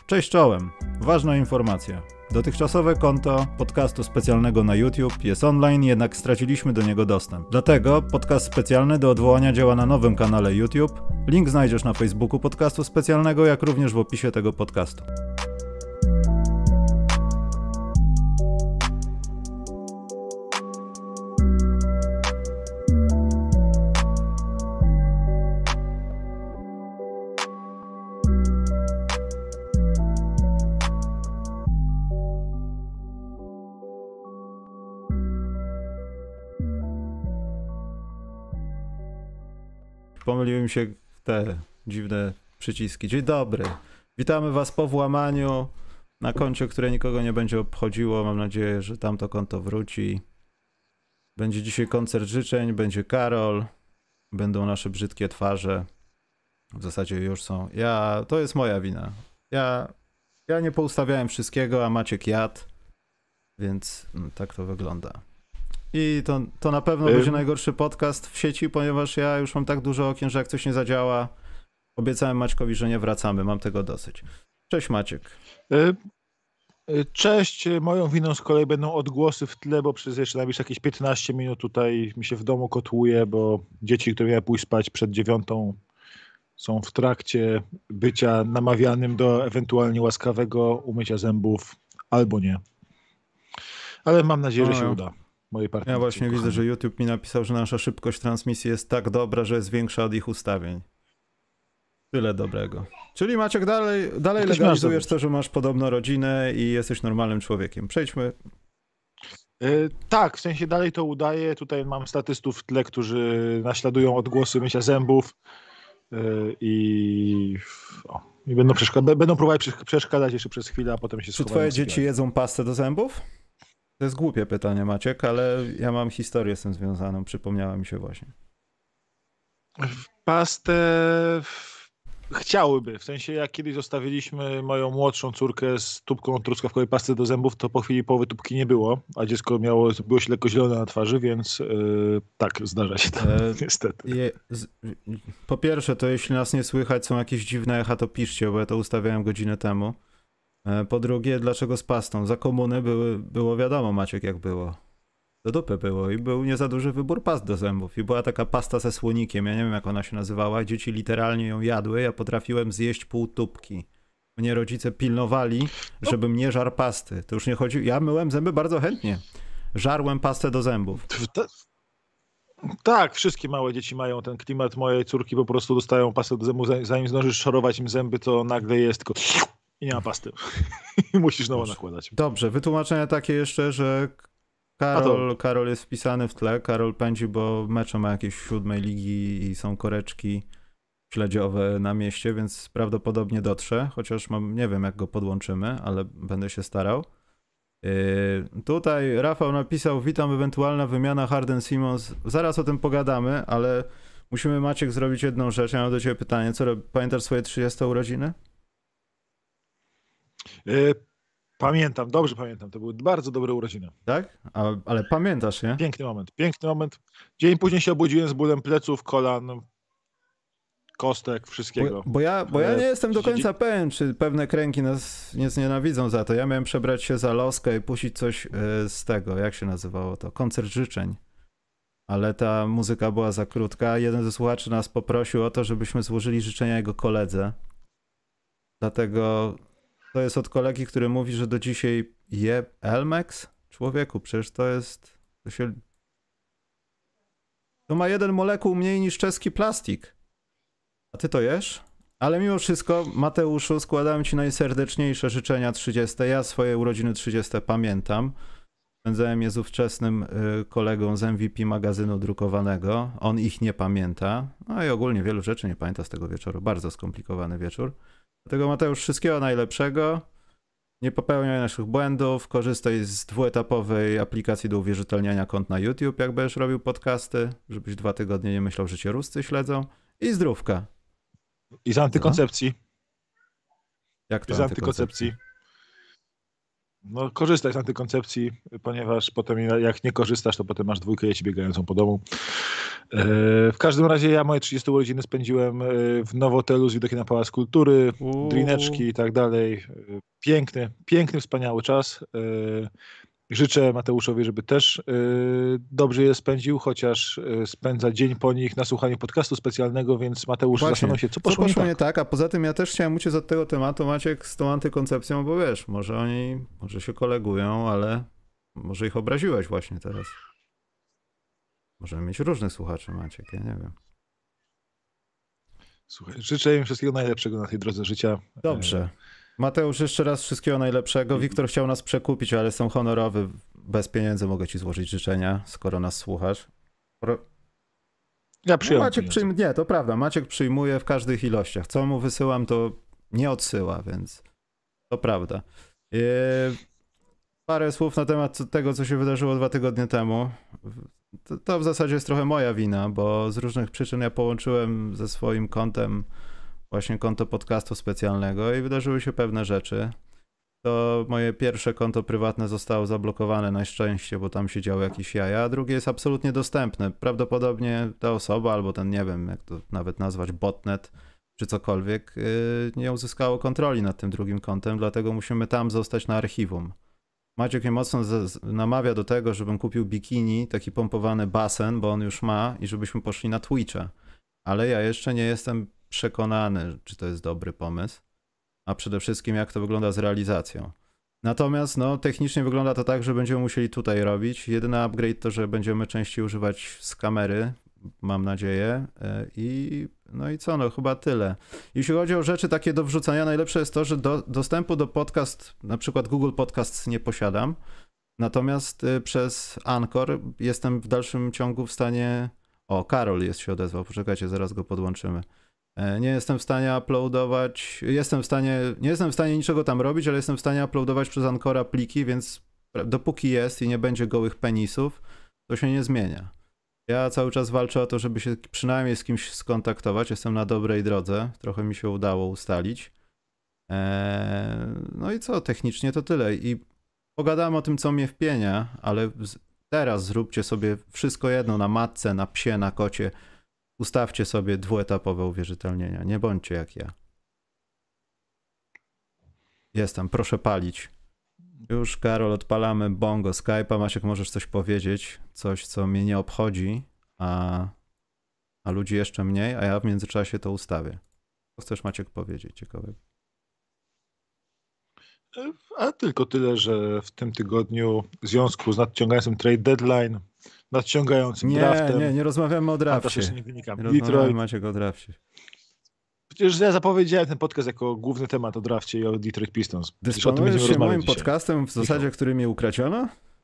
Cześć czołem. Ważna informacja. Dotychczasowe konto podcastu specjalnego na YouTube jest online, jednak straciliśmy do niego dostęp. Dlatego podcast specjalny do odwołania działa na nowym kanale YouTube. Link znajdziesz na Facebooku podcastu specjalnego, jak również w opisie tego podcastu. Pomyliły mi się te dziwne przyciski. Dzień dobry. Witamy was po włamaniu na koncie, które nikogo nie będzie obchodziło. Mam nadzieję, że tamto konto wróci. Będzie dzisiaj koncert życzeń, będzie Karol. Będą nasze brzydkie twarze. W zasadzie już są. To jest moja wina. Ja nie poustawiałem wszystkiego, a Maciek jadł. Więc tak to wygląda. I to na pewno będzie najgorszy podcast w sieci, ponieważ ja już mam tak dużo okien, że jak coś nie zadziała, obiecałem Maćkowi, że nie wracamy. Mam tego dosyć. Cześć Maciek. Cześć. Moją winą z kolei będą odgłosy w tle, bo przez jeszcze najbliższe jakieś 15 minut tutaj mi się w domu kotłuje, bo dzieci, które miały pójść spać przed 9:00, są w trakcie bycia namawianym do ewentualnie łaskawego umycia zębów albo nie. Ale mam nadzieję, że się uda. Ja właśnie widzę, że YouTube mi napisał, że nasza szybkość transmisji jest tak dobra, że jest większa od ich ustawień. Tyle dobrego. Czyli Maciek, dalej legalizujesz to, że masz podobno rodzinę i jesteś normalnym człowiekiem. Przejdźmy. Tak, w sensie dalej to udaję. Tutaj mam statystów w tle, którzy naśladują odgłosy mycia zębów i będą próbować przeszkadzać jeszcze przez chwilę, a potem się schowają. Czy twoje dzieci jedzą pastę do zębów? To jest głupie pytanie, Maciek, ale ja mam historię z tym związaną, przypomniała mi się właśnie. Pastę chciałyby, w sensie jak kiedyś zostawiliśmy moją młodszą córkę z tubką truskawkowej pasty do zębów, to po chwili połowy tubki nie było, a dziecko było się lekko zielone na twarzy, więc tak, zdarza się to niestety. Po pierwsze, to jeśli nas nie słychać, są jakieś dziwne echa, to piszcie, bo ja to ustawiałem godzinę temu. Po drugie, dlaczego z pastą? Za komuny było wiadomo, Maciek, jak było. Do dupy było i był nie za duży wybór past do zębów. I była taka pasta ze słonikiem, ja nie wiem jak ona się nazywała. Dzieci literalnie ją jadły, ja potrafiłem zjeść pół tubki. Mnie rodzice pilnowali, żebym nie żarł pasty. To już nie chodzi, ja myłem zęby bardzo chętnie. Żarłem pastę do zębów. Tak, wszystkie małe dzieci mają ten klimat. Moje córki po prostu dostają pastę do zębów, zanim zdążysz szorować im zęby, to nagle jest tylko i nie ma pasty. I musisz nowo nakładać. Dobrze, wytłumaczenie takie jeszcze, że Karol jest wpisany w tle. Karol pędzi, bo mecze ma jakieś 7 ligi i są koreczki śledziowe na mieście, więc prawdopodobnie dotrze, chociaż nie wiem jak go podłączymy, ale będę się starał. Tutaj Rafał napisał: witam, ewentualna wymiana Harden-Simmons. Zaraz o tym pogadamy, ale musimy, Maciek, zrobić jedną rzecz. Ja mam do ciebie pytanie. Pamiętasz swoje 30 urodziny? Pamiętam, dobrze pamiętam. To były bardzo dobre urodziny. Tak? Ale pamiętasz, nie? Piękny moment. Dzień później się obudziłem z bólem pleców, kolan, kostek, wszystkiego. Bo ja nie jestem do końca pewien, czy pewne kręgi nas nie znienawidzą za to. Ja miałem przebrać się za Loskę i puścić coś z tego, jak się nazywało to? Koncert życzeń. Ale ta muzyka była za krótka. Jeden ze słuchaczy nas poprosił o to, żebyśmy złożyli życzenia jego koledze. Dlatego to jest od kolegi, który mówi, że do dzisiaj je Elmex? Człowieku, przecież to ma 1 molekuł mniej niż czeski plastik. A ty to jesz? Ale mimo wszystko, Mateuszu, składam ci najserdeczniejsze życzenia 30. Ja swoje urodziny 30 pamiętam. Spędzałem je z ówczesnym kolegą z MVP magazynu drukowanego. On ich nie pamięta. No i ogólnie wielu rzeczy nie pamięta z tego wieczoru. Bardzo skomplikowany wieczór. Dlatego, Mateusz, wszystkiego najlepszego. Nie popełniaj naszych błędów. Korzystaj z 2-etapowej aplikacji do uwierzytelniania kont na YouTube, jak będziesz robił podcasty, żebyś 2 tygodnie nie myślał, że cię Ruscy śledzą. I zdrówka. I z antykoncepcji. Jak to z antykoncepcji? No, korzystaj z antykoncepcji, ponieważ potem jak nie korzystasz, to potem masz 2 dzieci biegającą po domu. W każdym razie ja moje 30 urodziny spędziłem w Nowotelu z widokiem na Pałac Kultury, drineczki i tak dalej. Piękny, wspaniały czas. Życzę Mateuszowi, żeby też dobrze je spędził, chociaż spędza dzień po nich na słuchaniu podcastu specjalnego, więc Mateusz zastanów się, co poszło nie tak. A poza tym ja też chciałem uciec od tego tematu, Maciek, z tą antykoncepcją, bo wiesz, może się kolegują, ale może ich obraziłeś właśnie teraz. Możemy mieć różnych słuchaczy, Maciek, ja nie wiem. Słuchaj, życzę im wszystkiego najlepszego na tej drodze życia. Dobrze. Mateusz, jeszcze raz wszystkiego najlepszego. Wiktor chciał nas przekupić, ale jestem honorowy. Bez pieniędzy mogę ci złożyć życzenia, skoro nas słuchasz. Ja przyjąłem. Maciek nie, to prawda. Maciek przyjmuje w każdych ilościach. Co mu wysyłam, to nie odsyła, więc to prawda. Parę słów na temat tego, co się wydarzyło 2 tygodnie temu. To w zasadzie jest trochę moja wina, bo z różnych przyczyn ja połączyłem ze swoim kontem właśnie konto podcastu specjalnego i wydarzyły się pewne rzeczy. To moje pierwsze konto prywatne zostało zablokowane na szczęście, bo tam się działy jakieś jaja, a drugie jest absolutnie dostępne. Prawdopodobnie ta osoba, albo ten, nie wiem, jak to nawet nazwać, botnet, czy cokolwiek, nie uzyskało kontroli nad tym drugim kontem, dlatego musimy tam zostać na archiwum. Maciek mnie mocno namawia do tego, żebym kupił bikini, taki pompowany basen, bo on już ma, i żebyśmy poszli na Twitcha. Ale ja jeszcze nie jestem przekonany, czy to jest dobry pomysł, a przede wszystkim jak to wygląda z realizacją. Natomiast no, technicznie wygląda to tak, że będziemy musieli tutaj robić. Jedyny upgrade to, że będziemy częściej używać z kamery, mam nadzieję. No i co, no chyba tyle. Jeśli chodzi o rzeczy takie do wrzucania, najlepsze jest to, że dostępu do podcast, na przykład Google Podcasts nie posiadam, natomiast przez Anchor jestem w dalszym ciągu w stanie... O, Karol się odezwał, poczekajcie, zaraz go podłączymy. Nie jestem w stanie uploadować, nie jestem w stanie niczego tam robić, ale jestem w stanie uploadować przez Anchora pliki, więc dopóki jest i nie będzie gołych penisów, to się nie zmienia. Ja cały czas walczę o to, żeby się przynajmniej z kimś skontaktować, jestem na dobrej drodze, trochę mi się udało ustalić. No i co, technicznie to tyle i pogadamy o tym, co mnie wpienia, ale teraz zróbcie sobie wszystko jedno na matce, na psie, na kocie. Ustawcie sobie 2-etapowe uwierzytelnienia. Nie bądźcie jak ja. Jestem, proszę palić. Już, Karol, odpalamy bongo Skype'a. Maciek, możesz coś powiedzieć? Coś, co mnie nie obchodzi, a ludzi jeszcze mniej, a ja w międzyczasie to ustawię. Co chcesz, Maciek, powiedzieć ciekawego? A tylko tyle, że w tym tygodniu w związku z nadciągającym trade deadline, nadciągającym draftem... Nie rozmawiamy o drafcie. Nie wynika. Nie rozmawiamy, Maciek, o drafcie. Przecież ja zapowiedziałem ten podcast jako główny temat o drafcie i o Detroit Pistons. Dysponujesz się moim podcastem w zasadzie, który mi ukradziono?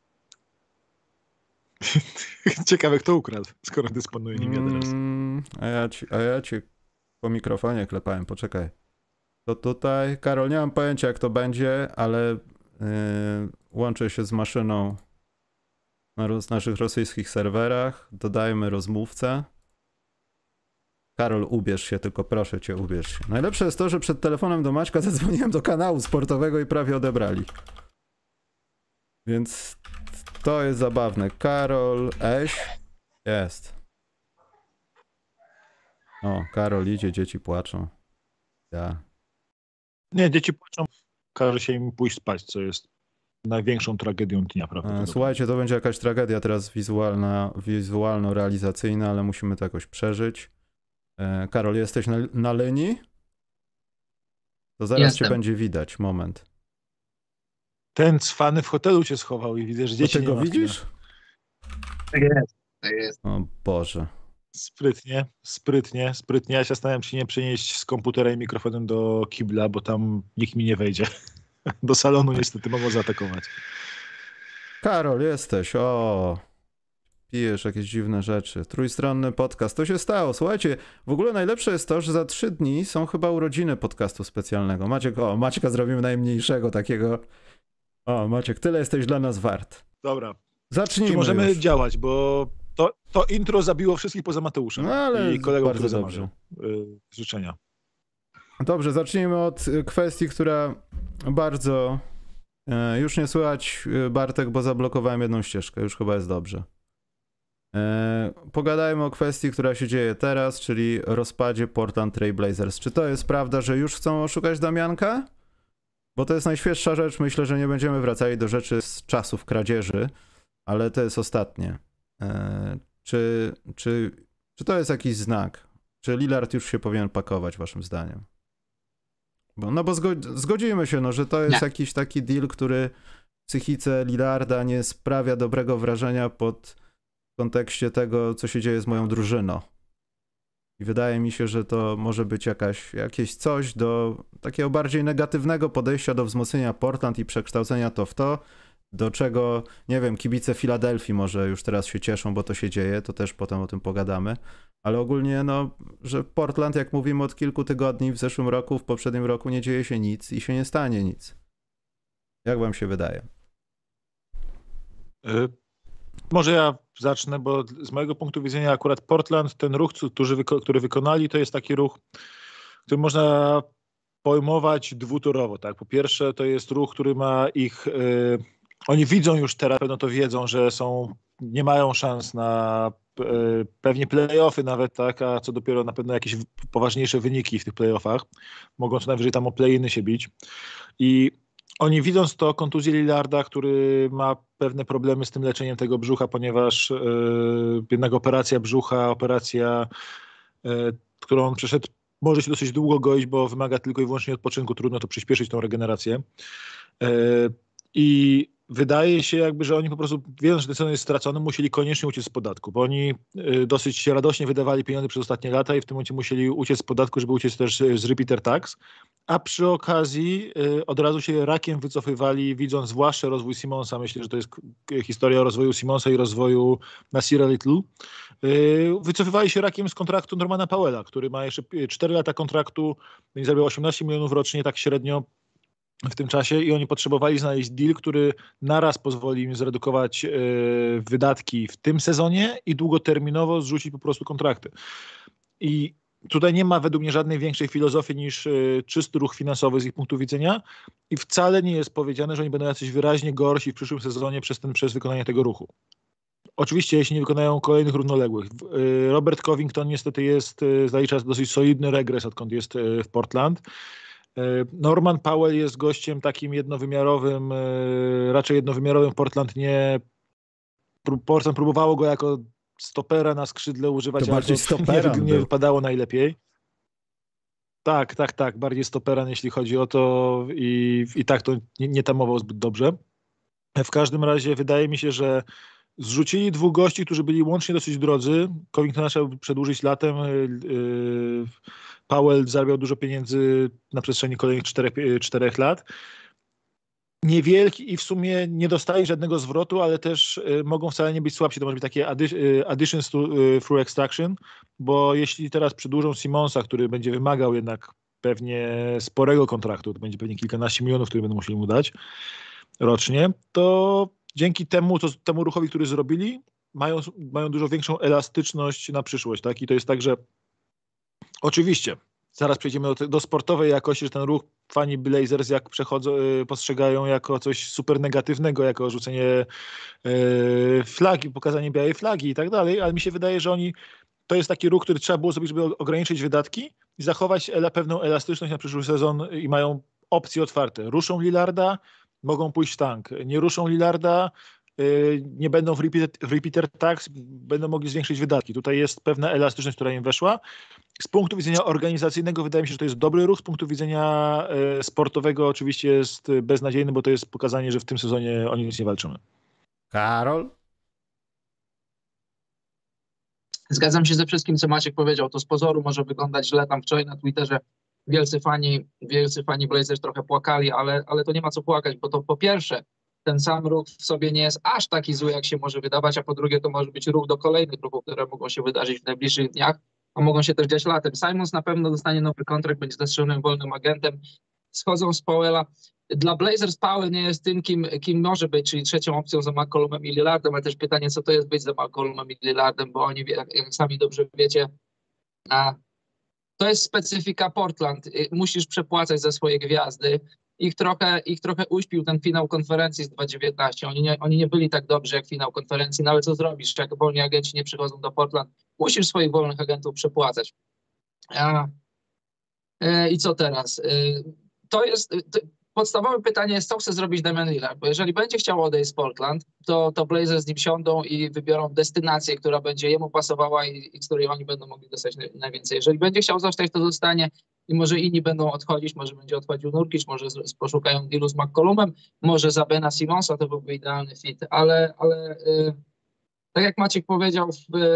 Ciekawe, kto ukradł, skoro dysponuje nim ja teraz. A ja ci po mikrofonie klepałem, poczekaj. To tutaj, Karol, nie mam pojęcia jak to będzie, ale łączę się z maszyną na naszych rosyjskich serwerach, dodajmy rozmówcę. Karol, ubierz się, tylko proszę cię, ubierz się. Najlepsze jest to, że przed telefonem do Maćka zadzwoniłem do kanału sportowego i prawie odebrali. Więc to jest zabawne. Karol, jest. O, Karol idzie, dzieci płaczą. Ja. Nie, dzieci płaczą, każe się im pójść spać, co jest największą tragedią dnia, prawda? Słuchajcie, to będzie jakaś tragedia teraz wizualno-realizacyjna, ale musimy to jakoś przeżyć. Karol, jesteś na linii? To zaraz cię będzie widać, moment. Ten cwany w hotelu cię schował i widzę, że dzieci nie ma. Ty go widzisz? Tak jest, tak jest. O Boże. Sprytnie. Ja się zastanawiam, czy nie przenieść z komputera i mikrofonem do kibla, bo tam nikt mi nie wejdzie. Do salonu niestety mogą zaatakować. Karol, jesteś. O, pijesz jakieś dziwne rzeczy. Trójstronny podcast. To się stało. Słuchajcie, w ogóle najlepsze jest to, że za 3 dni są chyba urodziny podcastu specjalnego. Maćka zrobimy najmniejszego takiego. O, Maciek, tyle jesteś dla nas wart. Dobra. Zacznijmy. Czy możemy już działać, bo to intro zabiło wszystkich poza Mateuszem. No, ale i kolegą, bardzo który dobrze. Życzenia. Dobrze, zacznijmy od kwestii, która bardzo... Już nie słychać, Bartek, bo zablokowałem jedną ścieżkę. Już chyba jest dobrze. Pogadajmy o kwestii, która się dzieje teraz, czyli rozpadzie Portland Trail Blazers. Czy to jest prawda, że już chcą oszukać Damianka? Bo to jest najświeższa rzecz. Myślę, że nie będziemy wracali do rzeczy z czasów kradzieży, ale to jest ostatnie. Czy to jest jakiś znak? Czy Lillard już się powinien pakować, waszym zdaniem? Bo zgodzimy się, że to jest jakiś taki deal, który w psychice Lillarda nie sprawia dobrego wrażenia w kontekście tego, co się dzieje z moją drużyną. I wydaje mi się, że to może być jakieś coś do takiego bardziej negatywnego podejścia do wzmocnienia Portland i przekształcenia to w to, do czego, nie wiem, kibice Filadelfii może już teraz się cieszą, bo to się dzieje, to też potem o tym pogadamy, ale ogólnie, że Portland, jak mówimy od kilku tygodni, w zeszłym roku, w poprzednim roku nie dzieje się nic i się nie stanie nic. Jak wam się wydaje? Może ja zacznę, bo z mojego punktu widzenia akurat Portland, ten ruch, który wykonali, to jest taki ruch, który można pojmować dwutorowo. Tak? Po pierwsze, to jest ruch, który ma ich... Oni widzą już teraz, pewno to wiedzą, że nie mają szans na pewnie play-offy nawet, tak, a co dopiero na pewno jakieś poważniejsze wyniki w tych play-offach. Mogą co najwyżej tam o play-iny się bić. I oni widząc to, kontuzję Lillarda, który ma pewne problemy z tym leczeniem tego brzucha, ponieważ jednak operacja, którą on przeszedł, może się dosyć długo goić, bo wymaga tylko i wyłącznie odpoczynku, trudno to przyspieszyć, tą regenerację. I wydaje się jakby, że oni po prostu, wiedząc, że ten sezon jest stracony, musieli koniecznie uciec z podatku, bo oni dosyć radośnie wydawali pieniądze przez ostatnie lata i w tym momencie musieli uciec z podatku, żeby uciec też z repeater tax, a przy okazji od razu się rakiem wycofywali, widząc zwłaszcza rozwój Simonsa. Myślę, że to jest historia o rozwoju Simonsa i rozwoju Nasira Little. Wycofywali się rakiem z kontraktu Normana Powella, który ma jeszcze 4 lata kontraktu, będzie zarabiał 18 milionów rocznie, tak średnio w tym czasie, i oni potrzebowali znaleźć deal, który naraz pozwoli im zredukować wydatki w tym sezonie i długoterminowo zrzucić po prostu kontrakty. I tutaj nie ma według mnie żadnej większej filozofii niż czysty ruch finansowy z ich punktu widzenia i wcale nie jest powiedziane, że oni będą jacyś wyraźnie gorsi w przyszłym sezonie przez wykonanie tego ruchu. Oczywiście, jeśli nie wykonają kolejnych równoległych. Robert Covington niestety zalicza dosyć solidny regres, odkąd jest w Portland. Norman Powell jest gościem takim jednowymiarowym, raczej jednowymiarowym. Portland próbowało go jako stopera na skrzydle używać, ale to nie wypadało najlepiej. Tak, bardziej stoperan, jeśli chodzi o to, i tak to nie tamował zbyt dobrze. W każdym razie wydaje mi się, że zrzucili 2 gości, którzy byli łącznie dosyć drodzy. Covingtona trzeba przedłużyć latem. Powell zarabiał dużo pieniędzy na przestrzeni kolejnych 4 lat. Niewielki i w sumie nie dostali żadnego zwrotu, ale też mogą wcale nie być słabsi. To może być takie additions through extraction, bo jeśli teraz przedłużą Simonsa, który będzie wymagał jednak pewnie sporego kontraktu, to będzie pewnie kilkanaście milionów, które będą musieli mu dać rocznie, to dzięki temu ruchowi, który zrobili, mają dużo większą elastyczność na przyszłość. Tak? I to jest tak, że oczywiście zaraz przejdziemy do sportowej jakości, że ten ruch fani Blazers postrzegają jako coś super negatywnego, jako rzucenie flagi, pokazanie białej flagi i tak dalej, ale mi się wydaje, że to jest taki ruch, który trzeba było zrobić, żeby ograniczyć wydatki i zachować pewną elastyczność na przyszły sezon i mają opcje otwarte. Ruszą Lillarda, mogą pójść w tank. Nie ruszą Lillarda, nie będą w repeater tax, będą mogli zwiększyć wydatki. Tutaj jest pewna elastyczność, która im weszła. Z punktu widzenia organizacyjnego wydaje mi się, że to jest dobry ruch. Z punktu widzenia sportowego oczywiście jest beznadziejny, bo to jest pokazanie, że w tym sezonie o nic nie walczymy. Karol? Zgadzam się ze wszystkim, co Maciek powiedział. To z pozoru może wyglądać źle. Tam wczoraj na Twitterze wielcy fani Blazers trochę płakali, ale to nie ma co płakać, bo to po pierwsze ten sam ruch w sobie nie jest aż taki zły, jak się może wydawać, a po drugie to może być ruch do kolejnych ruchów, które mogą się wydarzyć w najbliższych dniach, a mogą się też dziać latem. Simons na pewno dostanie nowy kontrakt, będzie zastrzeżonym wolnym agentem. Schodzą z Powella. Dla Blazers Powell nie jest tym, kim może być, czyli trzecią opcją za McCollumem i Lillardem, ale też pytanie, co to jest być za McCollumem i Lillardem, bo oni, jak sami dobrze wiecie, to jest specyfika Portland. Musisz przepłacać za swoje gwiazdy ich trochę uśpił ten finał konferencji z 2019. Oni nie byli tak dobrzy jak finał konferencji, no ale co zrobisz, jak wolni agenci nie przychodzą do Portland, musisz swoich wolnych agentów przepłacać. I co teraz? Podstawowe pytanie jest, co chce zrobić Damian Lillard, bo jeżeli będzie chciał odejść z Portland, to Blazers z nim siądą i wybiorą destynację, która będzie jemu pasowała i z której oni będą mogli dostać najwięcej. Jeżeli będzie chciał zostać, to zostanie i może inni będą odchodzić, może będzie odchodził Nurkic, może poszukają dealu z McCollumem, może za Bena Simonsa to byłby idealny fit, ale tak jak Maciek powiedział,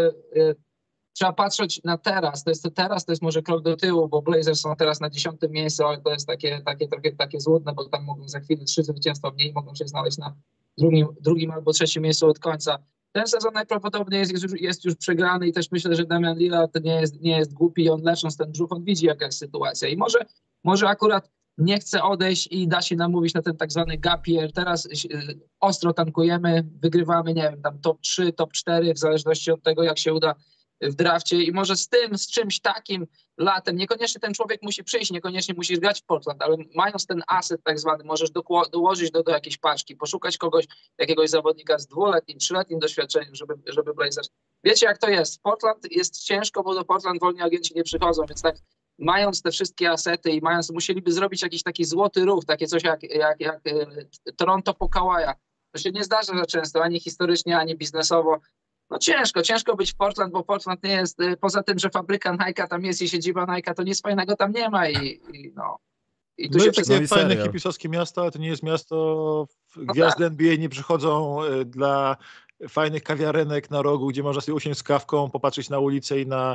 trzeba patrzeć na teraz. To jest może krok do tyłu, bo Blazers są teraz na 10. miejscu, ale to jest takie złudne, bo tam mogą za chwilę 3 zwycięstwa mniej, mogą się znaleźć na drugim albo 3. miejscu od końca. Ten sezon najprawdopodobniej jest już przegrany i też myślę, że Damian Lillard nie jest głupi i on lecząc ten brzuch, on widzi jaka jest sytuacja i może akurat nie chce odejść i da się namówić na ten tak zwany gap year. Teraz ostro tankujemy, wygrywamy, nie wiem, tam top 3, top 4, w zależności od tego, jak się uda w drafcie i może z czymś takim latem, niekoniecznie ten człowiek musi przyjść, niekoniecznie musisz grać w Portland, ale mając ten asset tak zwany, możesz dołożyć do jakiejś paczki, poszukać jakiegoś zawodnika z 2-letnim, 3-letnim doświadczeniem, żeby Blazers... Wiecie jak to jest? W Portland jest ciężko, bo do Portland wolni agenci nie przychodzą, więc tak mając te wszystkie asety i musieliby zrobić jakiś taki złoty ruch, takie coś jak Toronto po Kawaja. To się nie zdarza za często, ani historycznie, ani biznesowo. No ciężko być w Portland, bo Portland nie jest, poza tym, że fabryka Nike'a tam jest i siedziba Nike'a, to nic fajnego tam nie ma i tu no się jest takie fajne hipisowskie miasto, ale to nie jest miasto, gwiazdy NBA nie przychodzą dla fajnych kawiarenek na rogu, gdzie można sobie usiąść z kawką, popatrzeć na ulicę i na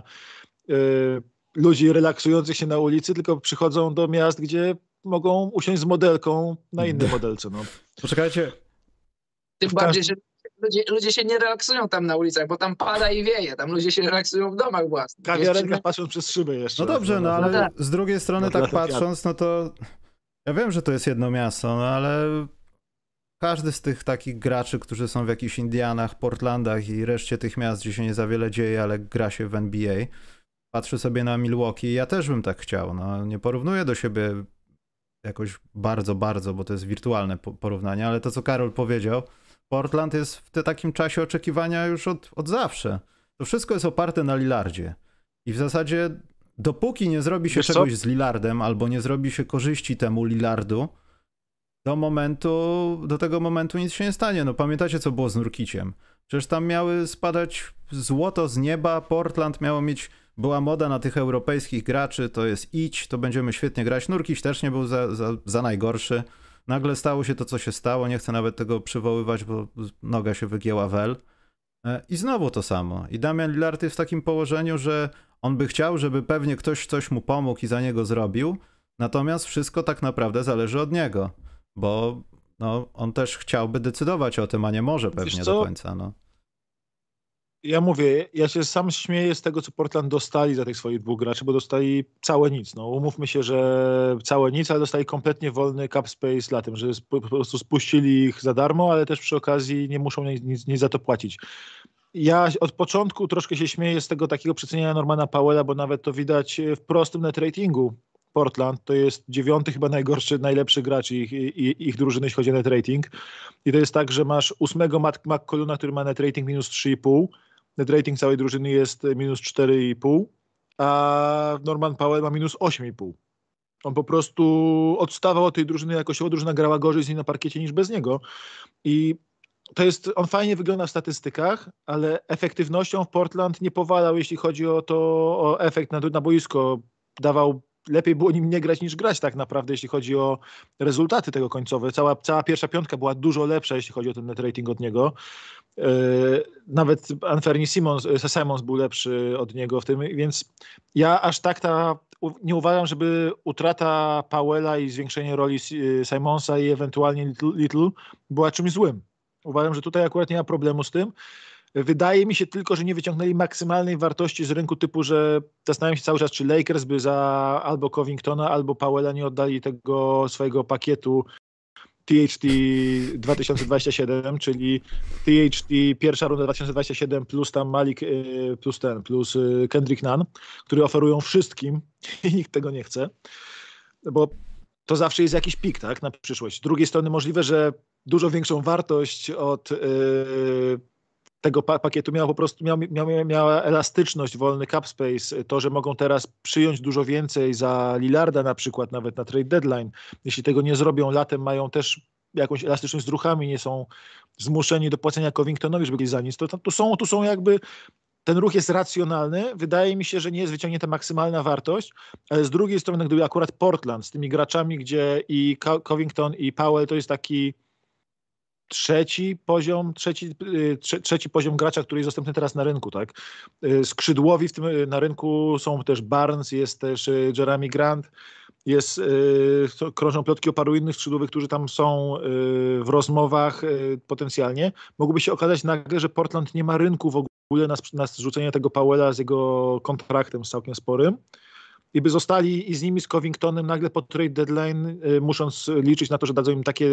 ludzi relaksujących się na ulicy, tylko przychodzą do miast, gdzie mogą usiąść z modelką na innej modelce. No. Poczekajcie. Tym bardziej, że ludzie się nie relaksują tam na ulicach, bo tam pada i wieje. Tam ludzie się relaksują w domach własnych. Kawiarenka patrząc przez szybę jeszcze. No dobrze, no ale z drugiej strony tak patrząc, no to ja wiem, że to jest jedno miasto, no ale każdy z tych takich graczy, którzy są w jakichś Indianach, Portlandach i reszcie tych miast, gdzie się nie za wiele dzieje, ale gra się w NBA, patrzy sobie na Milwaukee, ja też bym tak chciał. No, nie porównuję do siebie jakoś bardzo, bo to jest wirtualne porównanie, ale to, co Karol powiedział, Portland jest w takim czasie oczekiwania już od zawsze. To wszystko jest oparte na Lillardzie. I w zasadzie dopóki nie zrobi się czegoś z Lillardem albo nie zrobi się korzyści temu Lillardu, do tego momentu nic się nie stanie. No pamiętacie, co było z Nurkiciem? Przecież tam miały spadać złoto z nieba, Portland była moda na tych europejskich graczy, to jest to będziemy świetnie grać. Nurkic też nie był za najgorszy. Nagle stało się to, co się stało. Nie chcę nawet tego przywoływać, bo noga się wygięła wel. I znowu to samo. I Damian Lillard jest w takim położeniu, że on by chciał, żeby pewnie ktoś coś mu pomógł i za niego zrobił. Natomiast wszystko tak naprawdę zależy od niego. Bo no, on też chciałby decydować o tym, a nie może pewnie do końca. No. Ja mówię, ja się sam śmieję z tego, co Portland dostali za tych swoich 2 graczy, bo dostali całe nic. No, umówmy się, że całe nic, ale dostali kompletnie wolny cap space latem, że po prostu spuścili ich za darmo, ale też przy okazji nie muszą nic za to płacić. Ja od początku troszkę się śmieję z tego takiego przeceniania Normana Powella, bo nawet to widać w prostym net ratingu. Portland to jest 9. chyba najlepszy gracz ich drużyny, jeśli chodzi o net rating. I to jest tak, że masz 8. McColluma, który ma net rating minus 3,5. Net rating całej drużyny jest minus 4,5, a Norman Powell ma minus 8,5. On po prostu odstawał od tej drużyny jakościowo, drużyna grała gorzej z nim na parkiecie niż bez niego. I on fajnie wygląda w statystykach, ale efektywnością w Portland nie powalał, jeśli chodzi o efekt na boisko. Lepiej było nim nie grać niż grać tak naprawdę, jeśli chodzi o rezultaty tego końcowe. Cała pierwsza piątka była dużo lepsza, jeśli chodzi o ten net rating od niego. Nawet Anthony Simons był lepszy od niego w tym, więc ja aż tak nie uważam, żeby utrata Powella i zwiększenie roli Simonsa i ewentualnie Little była czymś złym. Uważam, że tutaj akurat nie ma problemu z tym. Wydaje mi się tylko, że nie wyciągnęli maksymalnej wartości z rynku typu, że zastanawiam się cały czas, czy Lakers by za albo Covingtona, albo Powella nie oddali tego swojego pakietu THT 2027, czyli THT pierwsza runda 2027 plus tam Malik plus Kendrick Nunn, który oferują wszystkim i nikt tego nie chce, bo to zawsze jest jakiś pik, tak, na przyszłość. Z drugiej strony możliwe, że dużo większą wartość od tego pakietu miała elastyczność, wolny cap space, to, że mogą teraz przyjąć dużo więcej za Lillarda na przykład, nawet na trade deadline. Jeśli tego nie zrobią latem, mają też jakąś elastyczność z ruchami, nie są zmuszeni do płacenia Covingtonowi, żeby byli za nic. Tu są jakby, ten ruch jest racjonalny. Wydaje mi się, że nie jest wyciągnięta maksymalna wartość, ale z drugiej strony, gdyby akurat Portland z tymi graczami, gdzie i Covington i Powell to jest taki trzeci poziom gracza, który jest dostępny teraz na rynku, tak? Skrzydłowi w tym na rynku są też Barnes, jest też Jeremy Grant, krążą plotki o paru innych skrzydłowych, którzy tam są w rozmowach potencjalnie. Mogłoby się okazać nagle, że Portland nie ma rynku w ogóle na zrzucenie tego Powella z jego kontraktem całkiem sporym. I by zostali i z nimi, z Covingtonem nagle po trade deadline, musząc liczyć na to, że dadzą im takie,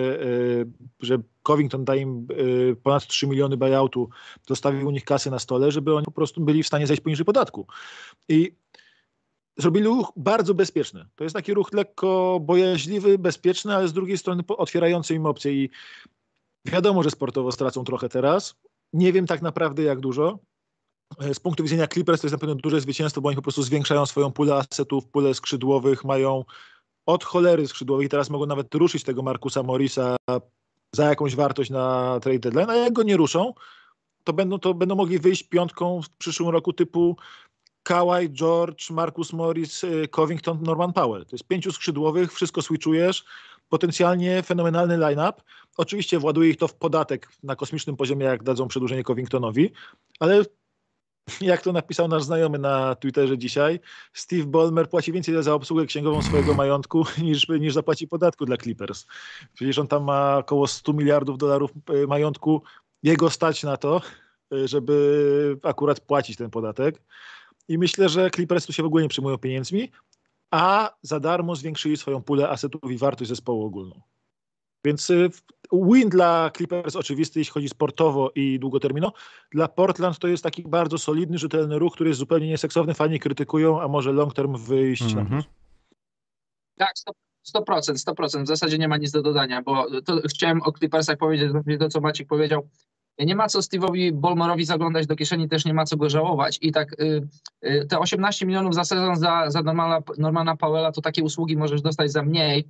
że Covington da im ponad 3 miliony buyoutu, zostawił u nich kasę na stole, żeby oni po prostu byli w stanie zejść poniżej podatku. I zrobili ruch bardzo bezpieczny. To jest taki ruch lekko bojaźliwy, bezpieczny, ale z drugiej strony otwierający im opcje. I wiadomo, że sportowo stracą trochę teraz. Nie wiem tak naprawdę jak dużo. Z punktu widzenia Clippers to jest na pewno duże zwycięstwo, bo oni po prostu zwiększają swoją pulę asetów, pulę skrzydłowych, mają od cholery skrzydłowych i teraz mogą nawet ruszyć tego Marcusa Morrisa za jakąś wartość na trade deadline, a jak go nie ruszą, to będą mogli wyjść piątką w przyszłym roku typu Kawhi, George, Marcus Morris, Covington, Norman Powell. To jest 5 skrzydłowych, wszystko switchujesz, potencjalnie fenomenalny line-up. Oczywiście właduje ich to w podatek na kosmicznym poziomie, jak dadzą przedłużenie Covingtonowi, ale jak to napisał nasz znajomy na Twitterze dzisiaj, Steve Ballmer płaci więcej za obsługę księgową swojego majątku niż zapłaci podatku dla Clippers. Przecież on tam ma około 100 miliardów dolarów majątku. Jego stać na to, żeby akurat płacić ten podatek. I myślę, że Clippers tu się w ogóle nie przyjmują pieniędzmi, a za darmo zwiększyli swoją pulę asetów i wartość zespołu ogólną. Więc win dla Clippers oczywisty, jeśli chodzi sportowo i długoterminowo. Dla Portland to jest taki bardzo solidny, rzetelny ruch, który jest zupełnie nieseksowny, fani krytykują, a może long term wyjść na plus. Tak, 100%. W zasadzie nie ma nic do dodania, bo to chciałem o Clippersach powiedzieć, to co Maciek powiedział. Nie ma co Steve'owi Ballmerowi zaglądać do kieszeni, też nie ma co go żałować. I tak te 18 milionów za sezon za Normana Powella, to takie usługi możesz dostać za mniej.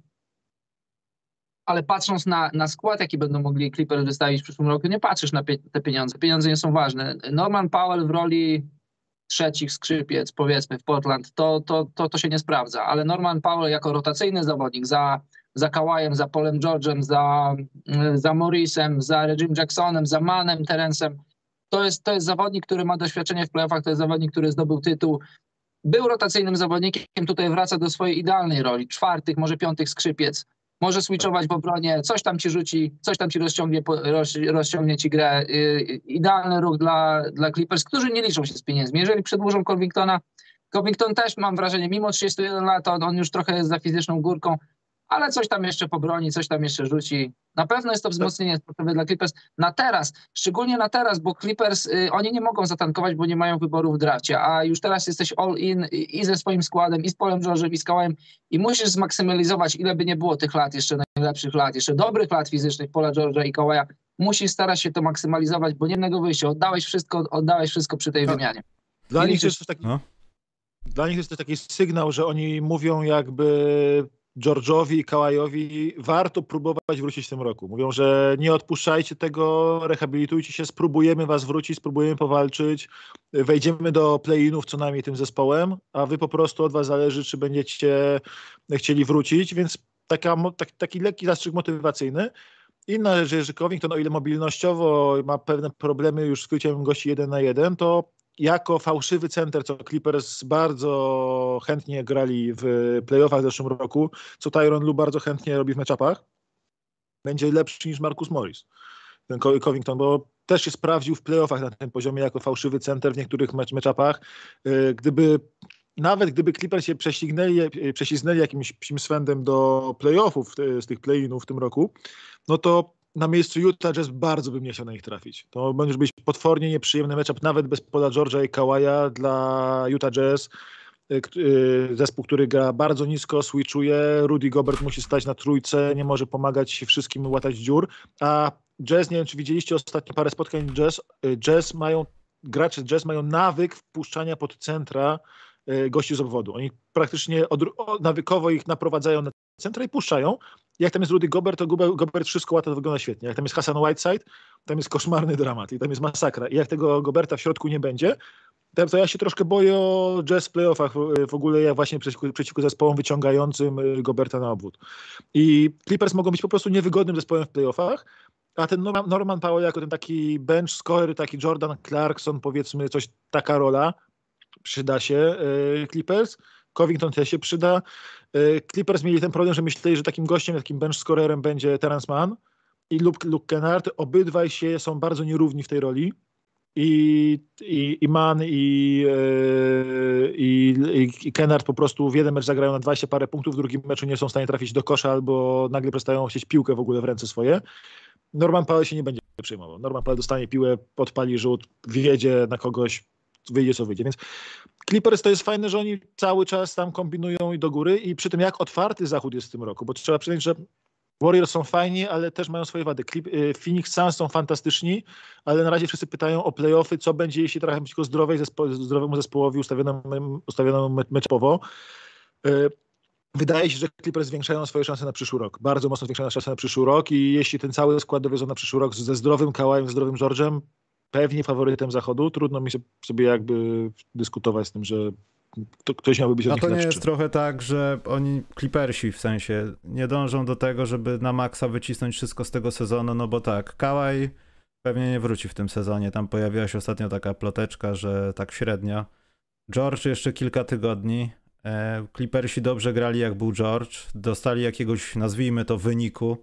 Ale patrząc na skład, jaki będą mogli Clippers wystawić w przyszłym roku, nie patrzysz na te pieniądze. Pieniądze nie są ważne. Norman Powell w roli trzecich skrzypiec, powiedzmy, w Portland, to się nie sprawdza. Ale Norman Powell jako rotacyjny zawodnik za Kawhi'em, za Paulem George'em, za Morrisem, za Reggie Jacksonem, za Manem, Terence'em, to jest zawodnik, który ma doświadczenie w playoffach, to jest zawodnik, który zdobył tytuł. Był rotacyjnym zawodnikiem, tutaj wraca do swojej idealnej roli, czwartych, może piątych skrzypiec. Może switchować w obronie, coś tam ci rzuci, coś tam ci rozciągnie ci grę. Idealny ruch dla Clippers, którzy nie liczą się z pieniędzmi. Jeżeli przedłużą Covington też mam wrażenie, mimo 31 lat, on już trochę jest za fizyczną górką, ale coś tam jeszcze pobroni, coś tam jeszcze rzuci. Na pewno jest to wzmocnienie sportowe dla Clippers na teraz, szczególnie na teraz, bo Clippers, oni nie mogą zatankować, bo nie mają wyboru w drafcie, a już teraz jesteś all in i ze swoim składem, i z Paulem George'em, i z Kawhi'em i musisz zmaksymalizować, ile by nie było tych lat, jeszcze najlepszych lat, jeszcze dobrych lat fizycznych Paula George'a i Kawhi'a. Musisz starać się to maksymalizować, bo nie ma innego wyjścia. Oddałeś wszystko przy tej wymianie. Dla nich jest to taki sygnał, że oni mówią jakby George'owi i Kawhi'owi warto próbować wrócić w tym roku. Mówią, że nie odpuszczajcie tego, rehabilitujcie się, spróbujemy was wrócić, spróbujemy powalczyć, wejdziemy do play-inów co najmniej tym zespołem, a wy po prostu od was zależy, czy będziecie chcieli wrócić, więc taki lekki zastrzyk motywacyjny. Inna rzecz, że Covington, o ile mobilnościowo ma pewne problemy już z kryciem gości 1 na 1, to jako fałszywy center, co Clippers bardzo chętnie grali w playoffach w zeszłym roku, co Tyronn Lue bardzo chętnie robi w meczapach, będzie lepszy niż Marcus Morris. Ten Covington, bo też się sprawdził w playoffach na tym poziomie jako fałszywy center w niektórych meczapach. Nawet gdyby Clippers się prześliznęli jakimś psim swędem do playoffów z tych play-inów w tym roku, no to na miejscu Utah Jazz bardzo bym nie chciał na nich trafić. To może być potwornie nieprzyjemny matchup, nawet bez Paula George'a i Kawhi'a dla Utah Jazz. zespół, który gra bardzo nisko, switchuje, Rudy Gobert musi stać na trójce, nie może pomagać wszystkim łatać dziur, a Jazz, nie wiem czy widzieliście ostatnie parę spotkań gracze Jazz mają nawyk wpuszczania pod centra gości z obwodu. Oni praktycznie nawykowo ich naprowadzają na centra i puszczają. Jak tam jest Rudy Gobert, to Gobert wszystko łata, to wygląda świetnie. Jak tam jest Hassan Whiteside, tam jest koszmarny dramat i tam jest masakra. I jak tego Goberta w środku nie będzie, to ja się troszkę boję o Jazz w playoffach w ogóle, jak właśnie przeciwko zespołom wyciągającym Goberta na obwód. I Clippers mogą być po prostu niewygodnym zespołem w playoffach, a ten Norman Powell jako ten taki bench scorer, taki Jordan Clarkson, powiedzmy taka rola, przyda się Clippers. Covington też się przyda. Clippers mieli ten problem, że myśleli, że takim gościem, takim bench scorerem będzie Terance Mann i Luke Kennard. Obydwaj są bardzo nierówni w tej roli. I Mann i Kennard po prostu w jeden mecz zagrają na 20 parę punktów, w drugim meczu nie są w stanie trafić do kosza albo nagle przestają chcieć piłkę w ogóle w ręce swoje. Norman Powell się nie będzie przejmował. Norman Powell dostanie piłę, podpali rzut, wjedzie na kogoś, wyjdzie co wyjdzie. Więc Clippers to jest fajne, że oni cały czas tam kombinują i do góry i przy tym jak otwarty zachód jest w tym roku, bo trzeba przyznać, że Warriors są fajni, ale też mają swoje wady. Phoenix Suns są fantastyczni, ale na razie wszyscy pytają o play-offy, co będzie, jeśli trafią przeciwko zdrowemu zespołowi ustawionemu meczowo. Wydaje się, że Clippers zwiększają swoje szanse na przyszły rok. Bardzo mocno zwiększają szanse na przyszły rok i jeśli ten cały skład dowiozą na przyszły rok ze zdrowym Kawhi'em, ze zdrowym George'em, pewnie faworytem zachodu. Trudno mi sobie jakby dyskutować z tym, że ktoś miałby być od nich lepszy. A to nie jest trochę tak, że oni, Clippersi w sensie, nie dążą do tego, żeby na maksa wycisnąć wszystko z tego sezonu, no bo tak, Kawhi pewnie nie wróci w tym sezonie. Tam pojawiła się ostatnio taka ploteczka, że tak średnio. George jeszcze kilka tygodni. Clippersi dobrze grali jak był George. Dostali jakiegoś, nazwijmy to, wyniku,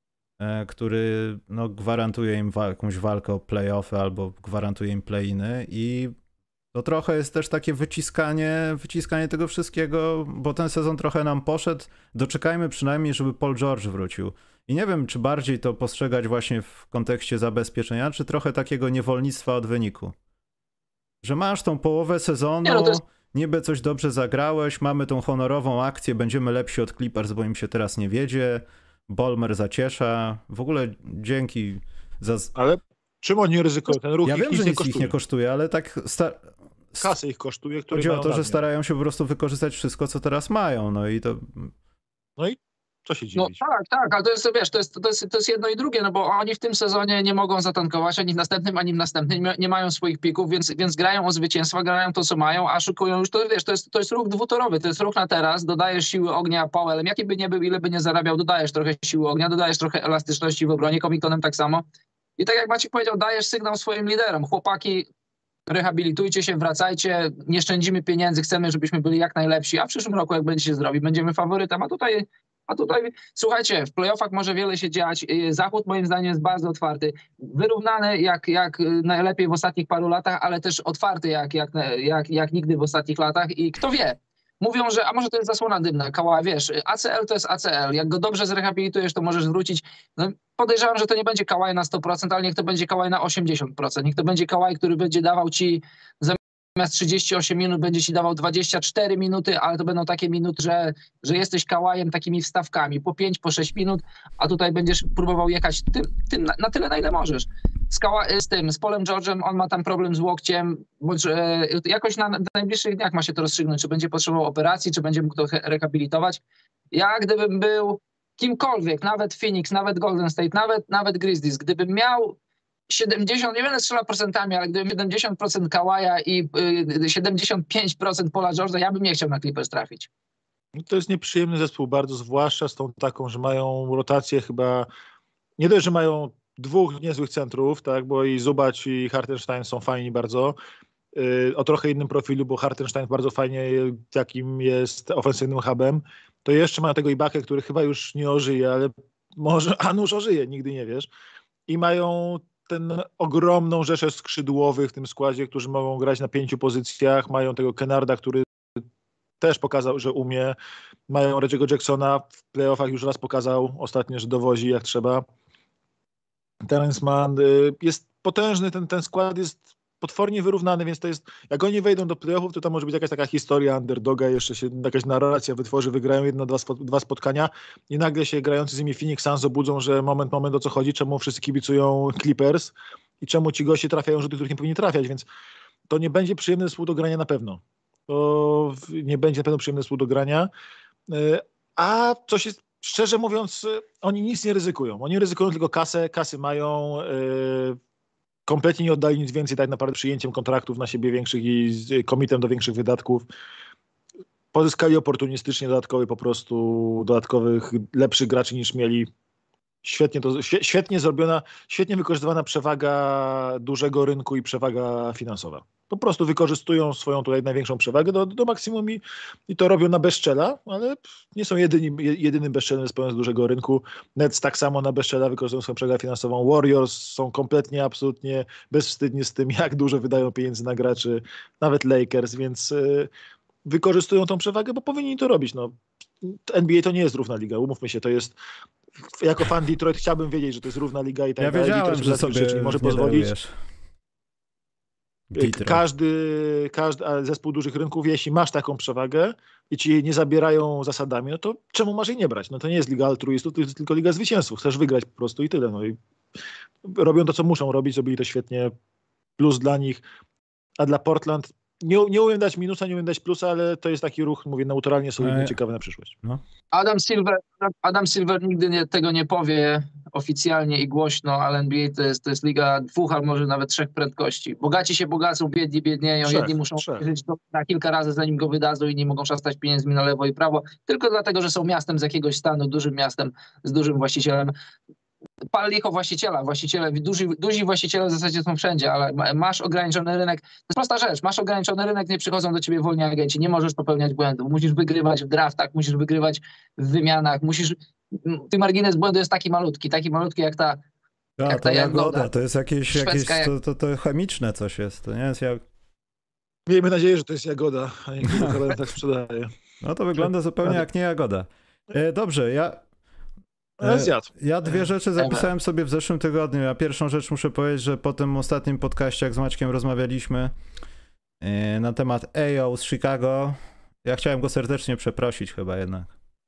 który no, gwarantuje im jakąś walkę o play-offy albo gwarantuje im play-iny i to trochę jest też takie wyciskanie tego wszystkiego, bo ten sezon trochę nam poszedł. Doczekajmy przynajmniej, żeby Paul George wrócił. I nie wiem, czy bardziej to postrzegać właśnie w kontekście zabezpieczenia, czy trochę takiego niewolnictwa od wyniku. Że masz tą połowę sezonu, niby coś dobrze zagrałeś, mamy tą honorową akcję, będziemy lepsi od Clippers, bo im się teraz nie wiedzie, Ballmer zaciesza, w ogóle dzięki za... Ale czym oni ryzykują? Ten ruch ja wiem, że nic ich nie kosztuje, ale tak... Kasy ich kosztuje, które chodzi o to, że starają się po prostu wykorzystać wszystko, co teraz mają, no i to... No i co się dziwić? No tak, ale to jest, wiesz, to jest jedno i drugie, no bo oni w tym sezonie nie mogą zatankować, ani w następnym nie mają swoich pików, więc grają o zwycięstwa, grają to, co mają, a szykują już, to wiesz, to jest ruch dwutorowy, to jest ruch na teraz, dodajesz siły ognia Powellem, jaki by nie był, ile by nie zarabiał, dodajesz trochę siły ognia, dodajesz trochę elastyczności w obronie, Covingtonem tak samo. I tak jak Maciek powiedział, dajesz sygnał swoim liderom, chłopaki, rehabilitujcie się, wracajcie, nie szczędzimy pieniędzy, chcemy, żebyśmy byli jak najlepsi, a w przyszłym roku, jak będziecie zdrowi, będziemy faworytem, a tutaj, słuchajcie, w playoffach może wiele się dziać. Zachód moim zdaniem jest bardzo otwarty. Wyrównany jak najlepiej w ostatnich paru latach, ale też otwarty jak nigdy w ostatnich latach. I kto wie, mówią, że a może to jest zasłona dymna, Kawhi, wiesz, ACL to jest ACL. Jak go dobrze zrehabilitujesz, to możesz wrócić. No, podejrzewam, że to nie będzie Kawhi na 100%, ale niech to będzie Kawhi na 80%. Niech to będzie Kawhi, który będzie dawał ci zamiast 38 minut będzie ci dawał 24 minuty, ale to będą takie minuty, że jesteś Kawhi'em takimi wstawkami, po 5, po 6 minut, a tutaj będziesz próbował jechać tym na tyle, na ile możesz. Z Paulem George'em on ma tam problem z łokciem, bądź jakoś na najbliższych dniach ma się to rozstrzygnąć, czy będzie potrzebował operacji, czy będzie mógł to rehabilitować. Ja gdybym był kimkolwiek, nawet Phoenix, nawet Golden State, nawet Grizzlies, gdybym miał 70, nie będę strzelał procentami, ale gdybym 70% Kawhi'a i 75% Paula George'a, ja bym nie chciał na Clippers trafić. To jest nieprzyjemny zespół bardzo, zwłaszcza z tą taką, że mają rotację chyba, nie dość, że mają dwóch niezłych centrów, tak, bo i Zubac i Hartenstein są fajni bardzo, o trochę innym profilu, bo Hartenstein bardzo fajnie, jakim jest ofensywnym hubem, to jeszcze mają tego Ibakę, który chyba już nie ożyje, ale może, a nuż ożyje, nigdy nie wiesz. I mają ten ogromną rzeszę skrzydłowych w tym składzie, którzy mogą grać na 5 pozycjach, mają tego Kennarda, który też pokazał, że umie, mają Reggie'ego Jacksona, w playoffach już raz pokazał ostatnio, że dowozi jak trzeba. Terance Mann jest potężny, ten skład jest potwornie wyrównany, więc to jest, jak oni wejdą do playoffów, to tam może być jakaś taka historia underdoga, jeszcze się jakaś narracja wytworzy, wygrają jedno, dwa spotkania i nagle się grający z nimi Phoenix Suns obudzą, że moment, o co chodzi, czemu wszyscy kibicują Clippers i czemu ci goście trafiają rzuty, których nie powinni trafiać, więc to nie będzie przyjemny zespół do grania na pewno. To nie będzie na pewno przyjemny zespół do grania, a coś jest, szczerze mówiąc, oni nic nie ryzykują. Oni ryzykują tylko kasy mają, kompletnie nie oddali nic więcej tak naprawdę przyjęciem kontraktów na siebie większych i komitem do większych wydatków. Pozyskali oportunistycznie dodatkowych, lepszych graczy niż mieli. Świetnie zrobiona, świetnie wykorzystywana przewaga dużego rynku i przewaga finansowa. Po prostu wykorzystują swoją tutaj największą przewagę do maksimum i to robią na bezczela, ale nie są jedynym bezczelnym zespołem z dużego rynku. Nets tak samo na bezczela wykorzystują swoją przewagę finansową. Warriors są kompletnie, absolutnie bezwstydni z tym, jak dużo wydają pieniędzy na graczy. Nawet Lakers, więc wykorzystują tą przewagę, bo powinni to robić. No, NBA to nie jest równa liga, umówmy się, to jest... Jako fan Detroit chciałbym wiedzieć, że to jest równa liga i tak ja dalej. Wiedziałem, Detroit że sobie nie może pozwolić. Detroit. Każdy zespół dużych rynków, jeśli masz taką przewagę i ci jej nie zabierają zasadami, no to czemu masz jej nie brać? No to nie jest liga altruistów, to jest tylko liga zwycięzców. Chcesz wygrać po prostu i tyle. No i robią to, co muszą robić, zrobili to świetnie. Plus dla nich, a dla Portland nie umiem dać minusa, nie umiem dać plusa, ale to jest taki ruch, mówię, neutralnie solidny, ciekawy na przyszłość. No. Adam Silver nigdy tego nie powie oficjalnie i głośno, ale NBA to jest liga 2 albo może nawet 3 prędkości. Bogaci się bogacą, biedni biednieją, jedni muszą żyć na kilka razy, zanim go wydadzą, inni mogą szastać pieniędzmi na lewo i prawo, tylko dlatego, że są miastem z jakiegoś stanu, dużym miastem z dużym właścicielem. Pal licho właściciele, duzi właściciele w zasadzie są wszędzie, ale masz ograniczony rynek. To jest prosta rzecz, masz ograniczony rynek, nie przychodzą do ciebie wolni agenci, nie możesz popełniać błędów, musisz wygrywać w draftach, musisz wygrywać w wymianach, ten margines błędu jest taki malutki jak ta jagoda. To jest jakieś to chemiczne coś jest, to nie jest jak... Miejmy nadzieję, że to jest jagoda, a nie ktoś tak sprzedaje. No to wygląda zupełnie jak nie jagoda. Dobrze, ja 2 rzeczy zapisałem sobie w zeszłym tygodniu. Ja pierwszą rzecz muszę powiedzieć, że po tym ostatnim podcaście, jak z Maćkiem rozmawialiśmy na temat AO z Chicago, ja chciałem go serdecznie przeprosić chyba jednak.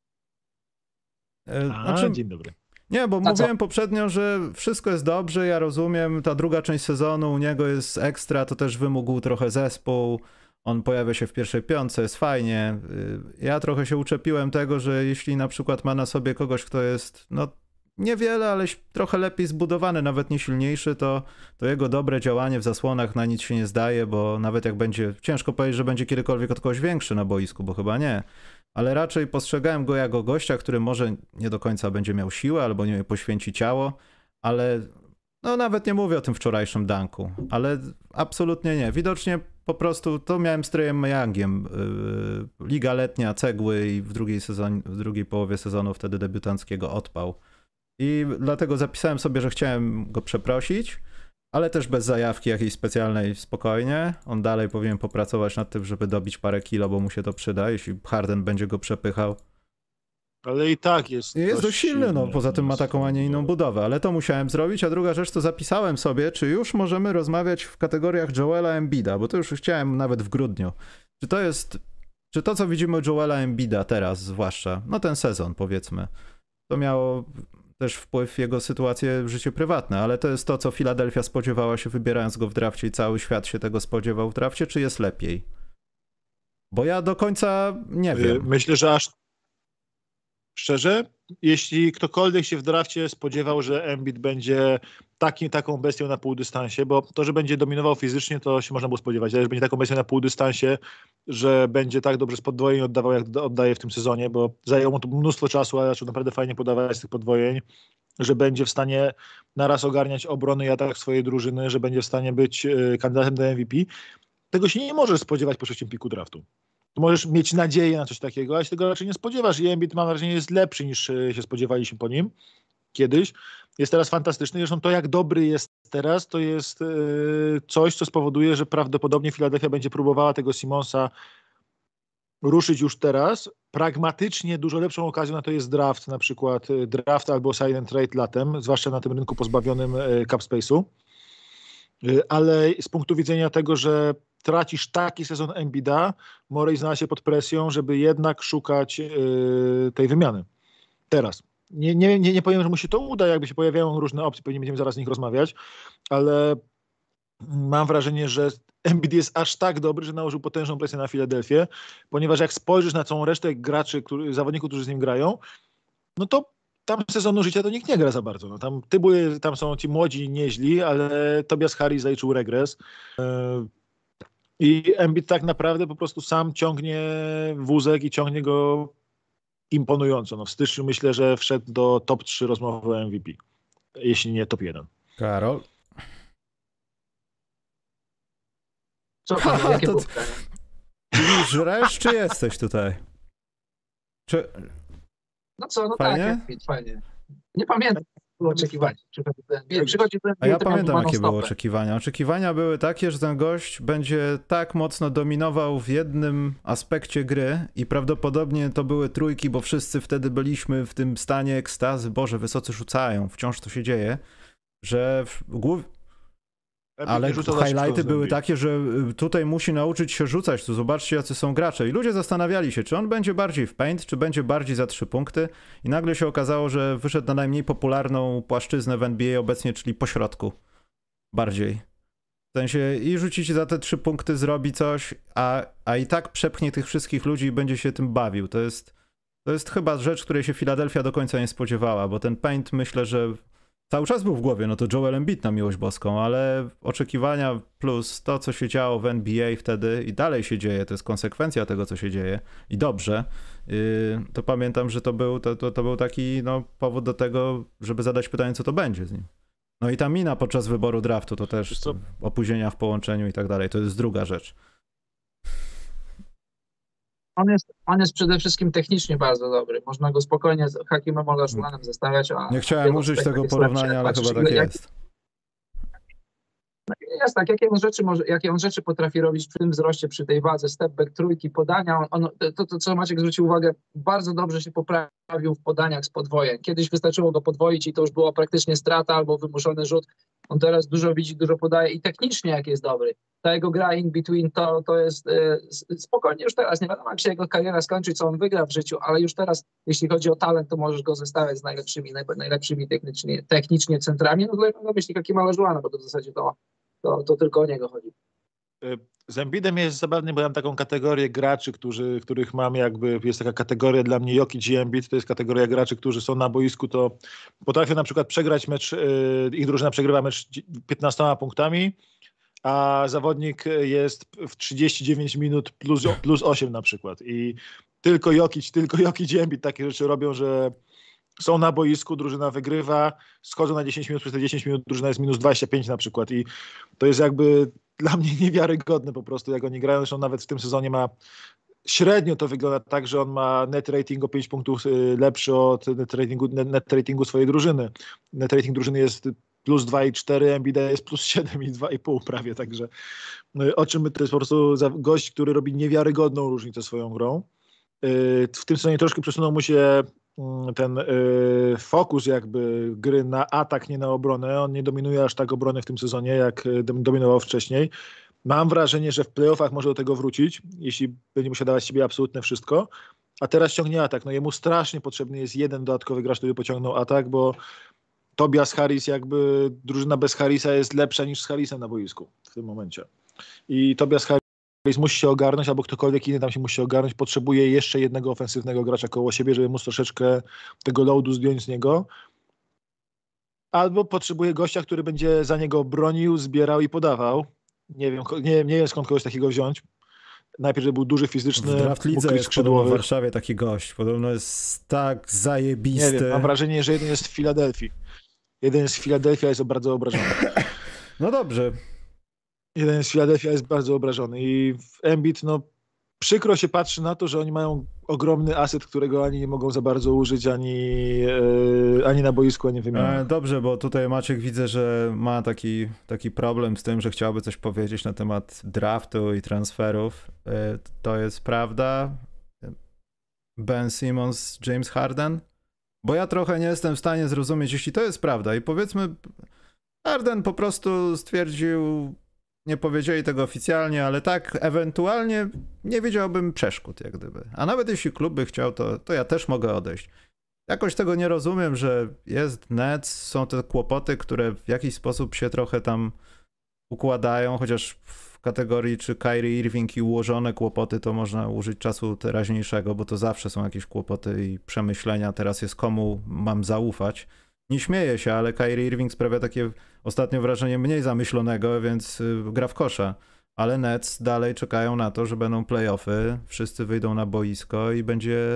Dzień dobry. Nie, bo mówiłem poprzednio, że wszystko jest dobrze, ja rozumiem, ta druga część sezonu u niego jest ekstra, to też wymógł trochę zespół. On pojawia się w pierwszej 5, jest fajnie. Ja trochę się uczepiłem tego, że jeśli na przykład ma na sobie kogoś, kto jest niewiele, ale trochę lepiej zbudowany, nawet nie silniejszy, to jego dobre działanie w zasłonach na nic się nie zdaje, bo nawet jak będzie, ciężko powiedzieć, że będzie kiedykolwiek od kogoś większy na boisku, bo chyba nie. Ale raczej postrzegałem go jako gościa, który może nie do końca będzie miał siłę albo nie poświęci ciało, ale nawet nie mówię o tym wczorajszym dunku, ale absolutnie nie. Widocznie po prostu to miałem z Treyem Youngiem. Liga letnia, cegły i w drugiej połowie sezonu wtedy debiutanckiego odpał. I dlatego zapisałem sobie, że chciałem go przeprosić, ale też bez zajawki jakiejś specjalnej, spokojnie. On dalej powinien popracować nad tym, żeby dobić parę kilo, bo mu się to przyda, jeśli Harden będzie go przepychał. Ale i tak jest dość silny, poza tym ma taką, a nie inną budowę, ale to musiałem zrobić, a druga rzecz to zapisałem sobie, czy już możemy rozmawiać w kategoriach Joela Embida, bo to już chciałem nawet w grudniu. Czy to, co widzimy u Joela Embida teraz zwłaszcza, ten sezon powiedzmy, to miało też wpływ w jego sytuację w życie prywatne, ale to jest to, co Filadelfia spodziewała się wybierając go w drafcie i cały świat się tego spodziewał w drafcie, czy jest lepiej? Bo ja do końca nie wiem. Myślę, że szczerze, jeśli ktokolwiek się w drafcie spodziewał, że Embiid będzie taką bestią na półdystansie, bo to, że będzie dominował fizycznie, to się można było spodziewać, ale że będzie taką bestią na półdystansie, że będzie tak dobrze z podwojeń oddawał, jak oddaje w tym sezonie, bo zajęło mu to mnóstwo czasu, ale zaczął naprawdę fajnie podawać z tych podwojeń, że będzie w stanie naraz ogarniać obrony i atak swojej drużyny, że będzie w stanie być kandydatem do MVP. Tego się nie możesz spodziewać po 6. piku draftu. To możesz mieć nadzieję na coś takiego, ale się tego raczej nie spodziewasz i Embiid, mam wrażenie, jest lepszy niż się spodziewaliśmy po nim kiedyś. Jest teraz fantastyczny. Zresztą to, jak dobry jest teraz, to jest coś, co spowoduje, że prawdopodobnie Philadelphia będzie próbowała tego Simonsa ruszyć już teraz. Pragmatycznie dużo lepszą okazją na to jest draft, na przykład draft albo silent trade latem, zwłaszcza na tym rynku pozbawionym cap space'u. Ale z punktu widzenia tego, że tracisz taki sezon Embida, Morey znalazł się pod presją, żeby jednak szukać tej wymiany. Teraz. Nie powiem, że mu się to uda, jakby się pojawiają różne opcje, pewnie będziemy zaraz o nich rozmawiać, ale mam wrażenie, że Embiid jest aż tak dobry, że nałożył potężną presję na Filadelfię, ponieważ jak spojrzysz na całą resztę graczy, zawodników, którzy z nim grają, no to tam sezonu życia to nikt nie gra za bardzo. No, tam są ci młodzi nieźli, ale Tobias Harris zaliczył regres. I Embiid tak naprawdę po prostu sam ciągnie wózek i ciągnie go imponująco. No, w styczniu myślę, że wszedł do top 3 rozmowy o MVP, jeśli nie top 1. Karol? Co pan, jakie to... było pytanie? Czyli żresz, czy jesteś tutaj? Czy... No co, no Fajnie? tak, fajnie. Nie pamiętam, było oczekiwanie. Przychodzi A ja pamiętam, jakie były oczekiwania. Oczekiwania były takie, że ten gość będzie tak mocno dominował w jednym aspekcie gry i prawdopodobnie to były trójki, bo wszyscy wtedy byliśmy w tym stanie ekstazy. Boże, wysocy rzucają, wciąż to się dzieje, że ale highlighty były takie, że tutaj musi nauczyć się rzucać, tu zobaczcie, jacy są gracze. I ludzie zastanawiali się, czy on będzie bardziej w paint, czy będzie bardziej za 3 punkty. I nagle się okazało, że wyszedł na najmniej popularną płaszczyznę w NBA obecnie, czyli pośrodku. Bardziej. W sensie i rzucić za te 3 punkty, zrobi coś, a i tak przepchnie tych wszystkich ludzi i będzie się tym bawił. To jest chyba rzecz, której się Philadelphia do końca nie spodziewała, bo ten paint, myślę, że cały czas był w głowie, no to Joel Embiid na miłość boską, ale oczekiwania plus to, co się działo w NBA wtedy i dalej się dzieje, to jest konsekwencja tego, co się dzieje i dobrze, to pamiętam, że to był taki powód do tego, żeby zadać pytanie, co to będzie z nim. No i ta mina podczas wyboru draftu, to też opóźnienia w połączeniu i tak dalej, to jest druga rzecz. On jest przede wszystkim technicznie bardzo dobry. Można go spokojnie z Hakimem Olajuwonem zestawiać. Nie chciałem użyć tego porównania, ale chyba tak jest. Jest tak, jakie on rzeczy potrafi robić przy tym wzroście, przy tej wadze, step back, trójki, podania. To, co Maciek zwrócił uwagę, bardzo dobrze się poprawił w podaniach z podwojem. Kiedyś wystarczyło go podwoić i to już była praktycznie strata albo wymuszony rzut. On teraz dużo widzi, dużo podaje i technicznie jak jest dobry. Ta jego gra in between to jest spokojnie już teraz. Nie wiadomo, jak się jego kariera skończy, co on wygra w życiu, ale już teraz, jeśli chodzi o talent, to możesz go zestawiać z najlepszymi technicznie centrami. No tutaj mam na myśli Hakima Olajuwona, bo to w zasadzie to tylko o niego chodzi. Z Embidem jest zabawny, bo ja mam taką kategorię graczy, których mam jest taka kategoria dla mnie Jokic i Embiid, to jest kategoria graczy, którzy są na boisku, to potrafią na przykład przegrać mecz, ich drużyna przegrywa mecz 15 punktami, a zawodnik jest w 39 minut plus 8 na przykład i tylko Jokic i Embiid takie rzeczy robią, że są na boisku, drużyna wygrywa, schodzą na 10 minut, przez te 10 minut drużyna jest minus 25 na przykład i to jest dla mnie niewiarygodne po prostu, jak oni grają. Zresztą nawet w tym sezonie średnio to wygląda tak, że on ma net rating o 5 punktów lepszy od net ratingu swojej drużyny. Net rating drużyny jest plus 2,4, Embida jest plus 7 i 2,5 prawie, także o czym to jest po prostu gość, który robi niewiarygodną różnicę swoją grą. W tym sezonie troszkę przesunął mu się ten fokus gry na atak, nie na obronę. On nie dominuje aż tak obrony w tym sezonie, jak dominował wcześniej. Mam wrażenie, że w playoffach może do tego wrócić, jeśli będzie musiał dawać siebie absolutne wszystko. A teraz ciągnie atak. No jemu strasznie potrzebny jest jeden dodatkowy gracz, który pociągnął atak, bo Tobias Harris, drużyna bez Harrisa jest lepsza niż z Harrisem na boisku w tym momencie. I Tobias Harris musi się ogarnąć, albo ktokolwiek inny tam się musi ogarnąć, potrzebuje jeszcze jednego ofensywnego gracza koło siebie, żeby móc troszeczkę tego loadu zdjąć z niego. Albo potrzebuje gościa, który będzie za niego bronił, zbierał i podawał. Nie wiem skąd kogoś takiego wziąć. Najpierw, żeby był duży, fizyczny, w draft lidze jest podobno w Warszawie taki gość. Podobno jest tak zajebisty. Nie wiem, mam wrażenie, że jeden jest w Filadelfii. a jest bardzo obrażony. No dobrze. Jeden z Philadelphia jest bardzo obrażony i w Embiid, przykro się patrzy na to, że oni mają ogromny aset, którego ani nie mogą za bardzo użyć, ani na boisku, ani w wymianach. Dobrze, bo tutaj Maciek widzę, że ma taki problem z tym, że chciałby coś powiedzieć na temat draftu i transferów. To jest prawda? Ben Simmons, James Harden? Bo ja trochę nie jestem w stanie zrozumieć, jeśli to jest prawda i powiedzmy, Harden po prostu stwierdził, nie powiedzieli tego oficjalnie, ale tak, ewentualnie nie widziałbym przeszkód, jak gdyby. A nawet jeśli klub by chciał, to ja też mogę odejść. Jakoś tego nie rozumiem, że jest Nets, są te kłopoty, które w jakiś sposób się trochę tam układają, chociaż w kategorii czy Kyrie Irving i ułożone kłopoty, to można użyć czasu teraźniejszego, bo to zawsze są jakieś kłopoty i przemyślenia. Teraz jest komu mam zaufać. Nie śmieję się, ale Kyrie Irving sprawia takie ostatnio wrażenie mniej zamyślonego, więc gra w kosza. Ale Nets dalej czekają na to, że będą play-offy, wszyscy wyjdą na boisko i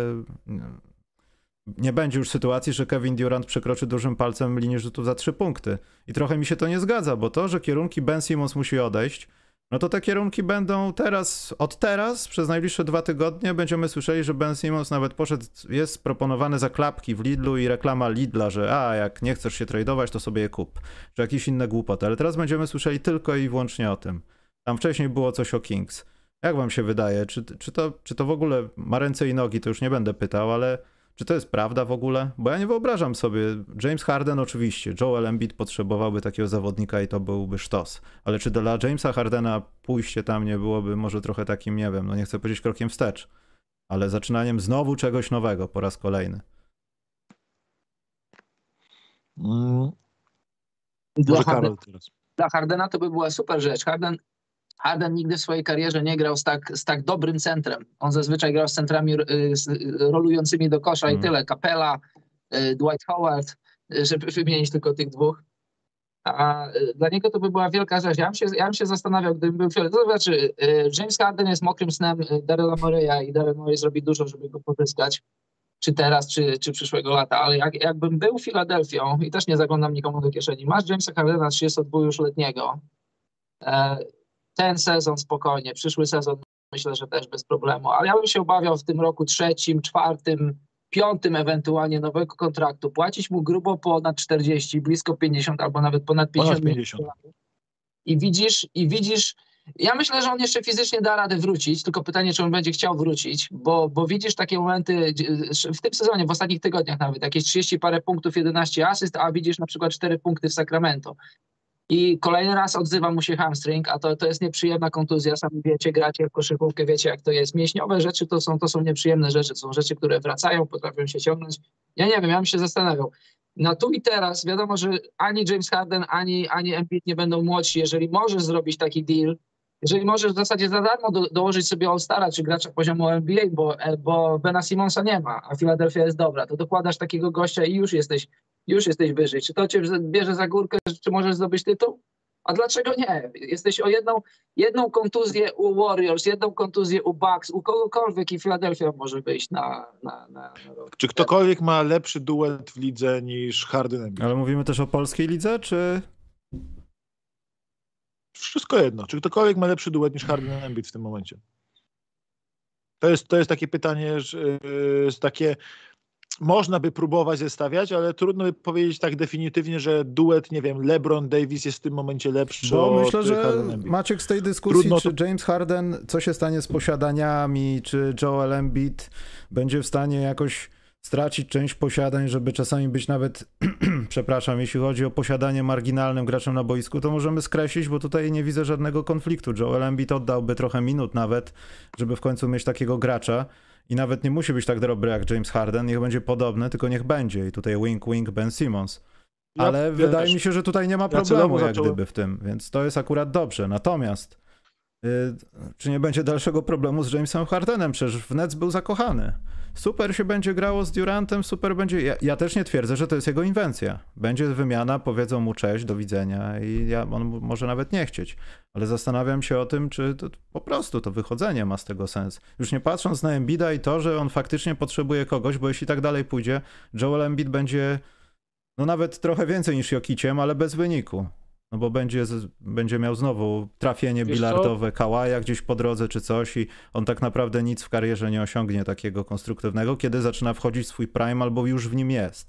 nie będzie już sytuacji, że Kevin Durant przekroczy dużym palcem linię rzutów za 3 punkty. I trochę mi się to nie zgadza, bo to, że kierunki Ben Simmons musi odejść, no to te kierunki będą od teraz, przez najbliższe 2 tygodnie będziemy słyszeli, że Ben Simmons nawet poszedł, jest proponowany za klapki w Lidlu i reklama Lidla, że jak nie chcesz się tradeować, to sobie je kup. Czy jakieś inne głupoty. Ale teraz będziemy słyszeli tylko i wyłącznie o tym. Tam wcześniej było coś o Kings. Jak wam się wydaje? Czy to w ogóle ma ręce i nogi, to już nie będę pytał, ale czy to jest prawda w ogóle? Bo ja nie wyobrażam sobie. James Harden oczywiście, Joel Embiid potrzebowałby takiego zawodnika i to byłby sztos. Ale czy dla Jamesa Hardena pójście tam nie byłoby może trochę takim, nie wiem, no nie chcę powiedzieć krokiem wstecz, ale zaczynaniem znowu czegoś nowego po raz kolejny? Dla Hardena to by była super rzecz. Harden nigdy w swojej karierze nie grał z tak dobrym centrem. On zazwyczaj grał z centrami rolującymi do kosza i tyle. Capella, Dwight Howard, żeby wymienić tylko tych dwóch. A dla niego to by była wielka rzecz. Ja bym się zastanawiał, gdybym był Fielder. To znaczy, James Harden jest mokrym snem Daryla Morey'a i Daryl Morey zrobi dużo, żeby go pozyskać. Czy teraz, czy przyszłego lata. Ale jakbym był Filadelfią i też nie zaglądam nikomu do kieszeni, masz Jamesa Hardena 32-letniego, ten sezon spokojnie, przyszły sezon myślę, że też bez problemu, ale ja bym się obawiał w tym roku 3., 4., 5. ewentualnie nowego kontraktu, płacić mu grubo ponad 40, blisko 50 albo nawet ponad 50. Ponad 50. I widzisz, ja myślę, że on jeszcze fizycznie da radę wrócić, tylko pytanie, czy on będzie chciał wrócić, bo widzisz takie momenty w tym sezonie, w ostatnich tygodniach nawet, jakieś 30 parę punktów, 11 asyst, a widzisz na przykład 4 punkty w Sacramento. I kolejny raz odzywa mu się hamstring, a to jest nieprzyjemna kontuzja. Sami wiecie, gracie w koszykówkę, wiecie jak to jest. Mięśniowe rzeczy to są nieprzyjemne rzeczy, to są rzeczy, które wracają, potrafią się ciągnąć. Ja nie wiem, ja bym się zastanawiał. No tu i teraz wiadomo, że ani James Harden, ani Embiid nie będą młodsi. Jeżeli możesz zrobić taki deal, jeżeli możesz w zasadzie za darmo dołożyć sobie All-Stara czy gracza poziomu NBA, bo Bena Simonsa nie ma, a Philadelphia jest dobra, to dokładasz takiego gościa i już jesteś wyżej. Czy to cię bierze za górkę, czy możesz zdobyć tytuł? A dlaczego nie? Jesteś o jedną kontuzję u Warriors, jedną kontuzję u Bucks, u kogokolwiek i Philadelphia może wyjść na rok. Czy ktokolwiek ma lepszy duet w lidze niż Harden? Ale mówimy też o polskiej lidze, czy... Wszystko jedno. Czy ktokolwiek ma lepszy duet niż Harden Embiid w tym momencie? To jest takie pytanie, że jest takie... Można by próbować zestawiać, ale trudno by powiedzieć tak definitywnie, że duet, nie wiem, LeBron Davis jest w tym momencie lepszy. Bo myślę, że Maciek z tej dyskusji, trudno czy James Harden, co się stanie z posiadaniami, czy Joel Embiid będzie w stanie jakoś stracić część posiadań, żeby czasami być nawet, przepraszam, jeśli chodzi o posiadanie marginalnym graczem na boisku, to możemy skreślić, bo tutaj nie widzę żadnego konfliktu. Joel Embiid oddałby trochę minut nawet, żeby w końcu mieć takiego gracza. I nawet nie musi być tak dobry jak James Harden, niech będzie podobny, tylko niech będzie. I tutaj wink Ben Simmons. Ale wydaje mi się, że tutaj nie ma problemu jak gdyby w tym, więc to jest akurat dobrze. Natomiast czy nie będzie dalszego problemu z Jamesem Hardenem? Przecież w Nets był zakochany. Super się będzie grało z Durantem, super będzie... Ja też nie twierdzę, że to jest jego inwencja. Będzie wymiana, powiedzą mu cześć, do widzenia i on może nawet nie chcieć. Ale zastanawiam się o tym, czy po prostu to wychodzenie ma z tego sens. Już nie patrząc na Embida i to, że on faktycznie potrzebuje kogoś, bo jeśli tak dalej pójdzie, Joel Embiid będzie no nawet trochę więcej niż Jokiciem, ale bez wyniku. No bo będzie miał znowu trafienie bilardowe Kałaja gdzieś po drodze czy coś i on tak naprawdę nic w karierze nie osiągnie takiego konstruktywnego, kiedy zaczyna wchodzić w swój prime albo już w nim jest.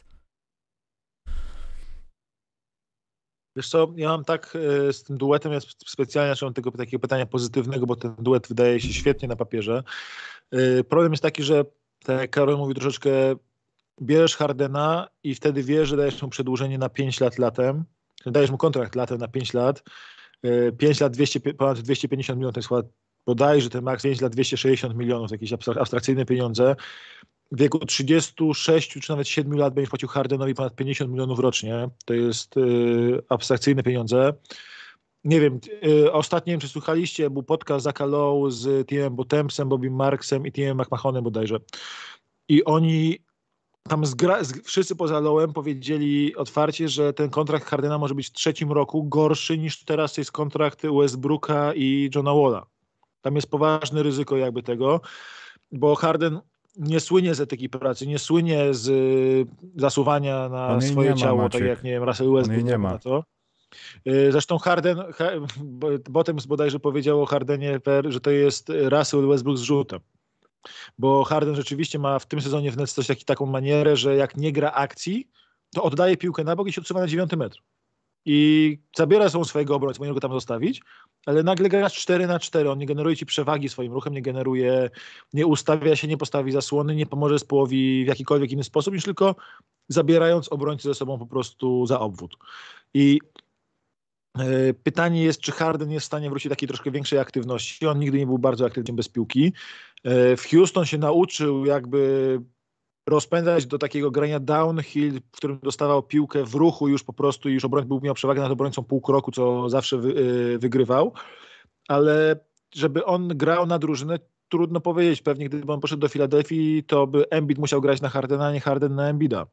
Wiesz co, ja mam tak z tym duetem, ja specjalnie zacząłem tego takiego pytania pozytywnego, bo ten duet wydaje się świetnie na papierze. Problem jest taki, że tak jak Karol mówi troszeczkę, bierzesz Hardena i wtedy wiesz, że dajesz mu przedłużenie na 5 lat latem. dajesz mu kontrakt latem na 5 lat, 5 lat ponad 250 milionów, to jest chyba bodajże ten maks, 5 lat 260 milionów, jakieś abstrakcyjne pieniądze. W wieku 36 czy nawet 7 lat będziesz płacił Hardenowi ponad 50 milionów rocznie. To jest abstrakcyjne pieniądze. Nie wiem, ostatnio, nie wiem, czy słuchaliście, był podcast Zacka Lowe z Timem Bottemsem, Bobby Marksem i Timem McMahonem bodajże. I oni tam wszyscy poza Lowem powiedzieli otwarcie, że ten kontrakt Hardena może być w trzecim roku gorszy niż teraz jest kontrakt Westbrooka i Johna Walla. Tam jest poważne ryzyko jakby tego, bo Harden nie słynie z etyki pracy, nie słynie z zasuwania na swoje ciało, Maciek. Tak jak, nie wiem, Russell Westbrook nie ma na to. Zresztą Bottoms bodajże powiedział o Hardenie, że to jest Russell Westbrook z rzutem. Bo Harden rzeczywiście ma w tym sezonie w Nets taką manierę, że jak nie gra akcji, to oddaje piłkę na bok i się odsuwa na 9 metr. I zabiera są swojego obrońcę, powinien go tam zostawić, ale nagle gra 4-4, on nie generuje ci przewagi swoim ruchem, nie ustawia się, nie postawi zasłony, nie pomoże zespołowi w jakikolwiek inny sposób, niż tylko zabierając obrońcę ze sobą po prostu za obwód. I pytanie jest, czy Harden jest w stanie wrócić do takiej troszkę większej aktywności. On nigdy nie był bardzo aktywny bez piłki. W Houston się nauczył jakby rozpędzać do takiego grania downhill, w którym dostawał piłkę w ruchu już po prostu, już obrońca miał przewagę nad obrońcą pół kroku, co zawsze wygrywał. Ale żeby on grał na drużynę, trudno powiedzieć. Pewnie gdyby on poszedł do Filadelfii, to by Embiid musiał grać na Hardena, a nie Harden na Embida.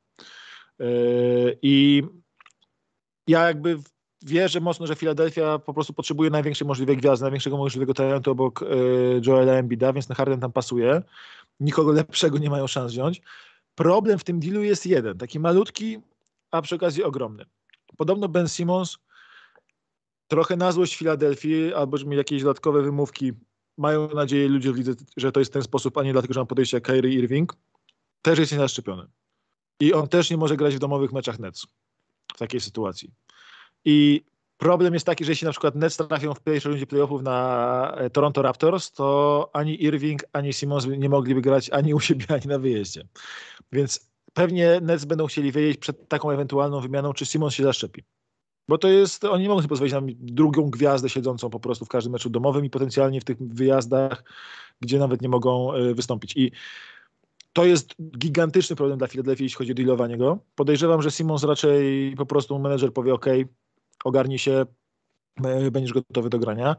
I ja jakby wierzę mocno, że Filadelfia po prostu potrzebuje największej możliwej gwiazdy, największego możliwego talentu obok Joela Embida, więc na Harden tam pasuje. Nikogo lepszego nie mają szans wziąć. Problem w tym dealu jest jeden, taki malutki, a przy okazji ogromny. Podobno Ben Simmons trochę na złość Filadelfii, albo że mi jakieś dodatkowe wymówki, mają nadzieję ludzie w lidze, że to jest ten sposób, a nie dlatego, że mam podejście jak Kyrie Irving, też jest niezaszczepiony. I on też nie może grać w domowych meczach Nets w takiej sytuacji. I problem jest taki, że jeśli na przykład Nets trafią w pierwszej rundzie playoffów na Toronto Raptors, to ani Irving, ani Simmons nie mogliby grać ani u siebie, ani na wyjeździe. Więc pewnie Nets będą chcieli wiedzieć przed taką ewentualną wymianą, czy Simmons się zaszczepi. Bo to jest, oni nie mogą sobie pozwolić na drugą gwiazdę siedzącą po prostu w każdym meczu domowym i potencjalnie w tych wyjazdach, gdzie nawet nie mogą wystąpić. I to jest gigantyczny problem dla Filadelfii, jeśli chodzi o dealowanie go. Podejrzewam, że Simmons raczej po prostu menedżer powie OK, ogarnij się, będziesz gotowy do grania.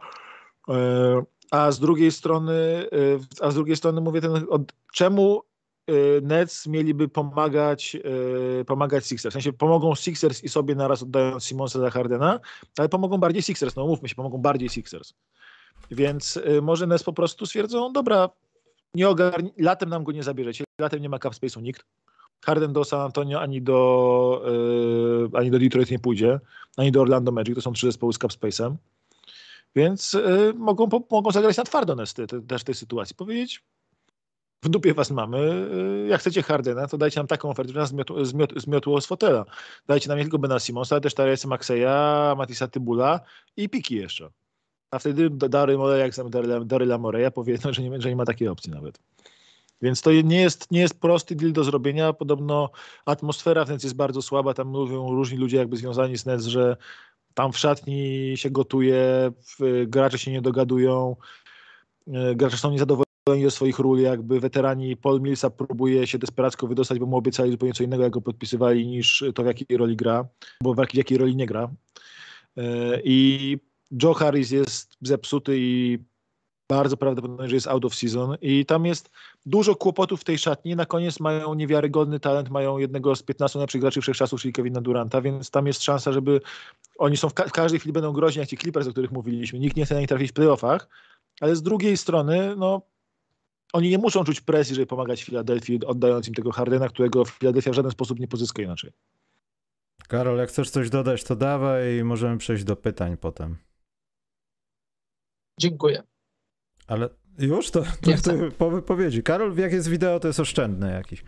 A z drugiej strony mówię, czemu Nets mieliby pomagać Sixers? W sensie pomogą Sixers i sobie naraz oddając Simmonsa za Hardena, ale pomogą bardziej Sixers, no mówmy się, pomogą bardziej Sixers. Więc może Nets po prostu stwierdzą, dobra, latem nam go nie zabierzecie, latem nie ma cap space'u nikt. Harden do San Antonio ani do Detroit nie pójdzie, ani do Orlando Magic, to są 3 zespoły z cap space'em. Więc mogą zagrać na twardo też w tej sytuacji. Powiedzieć, w dupie was mamy, jak chcecie Hardena, to dajcie nam taką ofertę, że nas zmiotło z fotela. Dajcie nam nie tylko Bena Simonsa, ale też Tyrese Maxeya, Matissa Tybula i piki jeszcze. A wtedy Daryla Moreya powie, że nie ma takiej opcji nawet. Więc to nie jest prosty deal do zrobienia. Podobno atmosfera w Nets jest bardzo słaba. Tam mówią różni ludzie jakby związani z Nets, że tam w szatni się gotuje, gracze się nie dogadują, gracze są niezadowoleni ze swoich ról, jakby weterani Paul Millsa próbuje się desperacko wydostać, bo mu obiecali zupełnie co innego, jak go podpisywali, niż to w jakiej roli gra, bo w jakiej roli nie gra. I Joe Harris jest zepsuty i bardzo prawdopodobne, że jest out of season i tam jest dużo kłopotów w tej szatni. Na koniec mają niewiarygodny talent, mają jednego z 15 najlepszych graczy wszechczasów, czyli Kevina Duranta, więc tam jest szansa, żeby oni są w każdej chwili będą groźni, jak ci Clippers, o których mówiliśmy. Nikt nie chce na nich trafić w playoffach, ale z drugiej strony, no, oni nie muszą czuć presji, żeby pomagać Filadelfii, oddając im tego Hardena, którego Filadelfia w żaden sposób nie pozyska inaczej. Karol, jak chcesz coś dodać, to dawaj i możemy przejść do pytań potem. Dziękuję. Ale już? To po wypowiedzi. Karol, jak jest wideo, to jest oszczędny jakiś.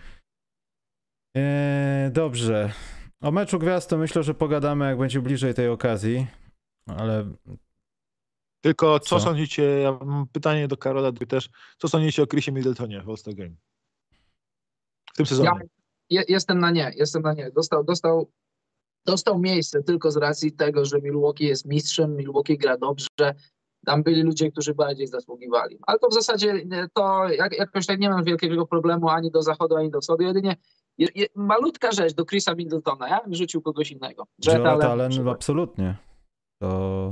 Dobrze. O meczu gwiazd to myślę, że pogadamy, jak będzie bliżej tej okazji, ale... Tylko co sądzicie, ja mam pytanie do Karola też, co sądzicie o Chrisie Middletonie w All-Star Game? W tym sezonie. Jestem na nie. Dostał dostał miejsce tylko z racji tego, że Milwaukee jest mistrzem, Milwaukee gra dobrze. Tam byli ludzie, którzy bardziej zasługiwali. Ale to w zasadzie to jakoś tak nie mam wielkiego problemu ani do zachodu, ani do wschodu. Jedynie malutka rzecz do Chrisa Middletona. Ja bym rzucił kogoś innego. Jarrett Allen absolutnie. To...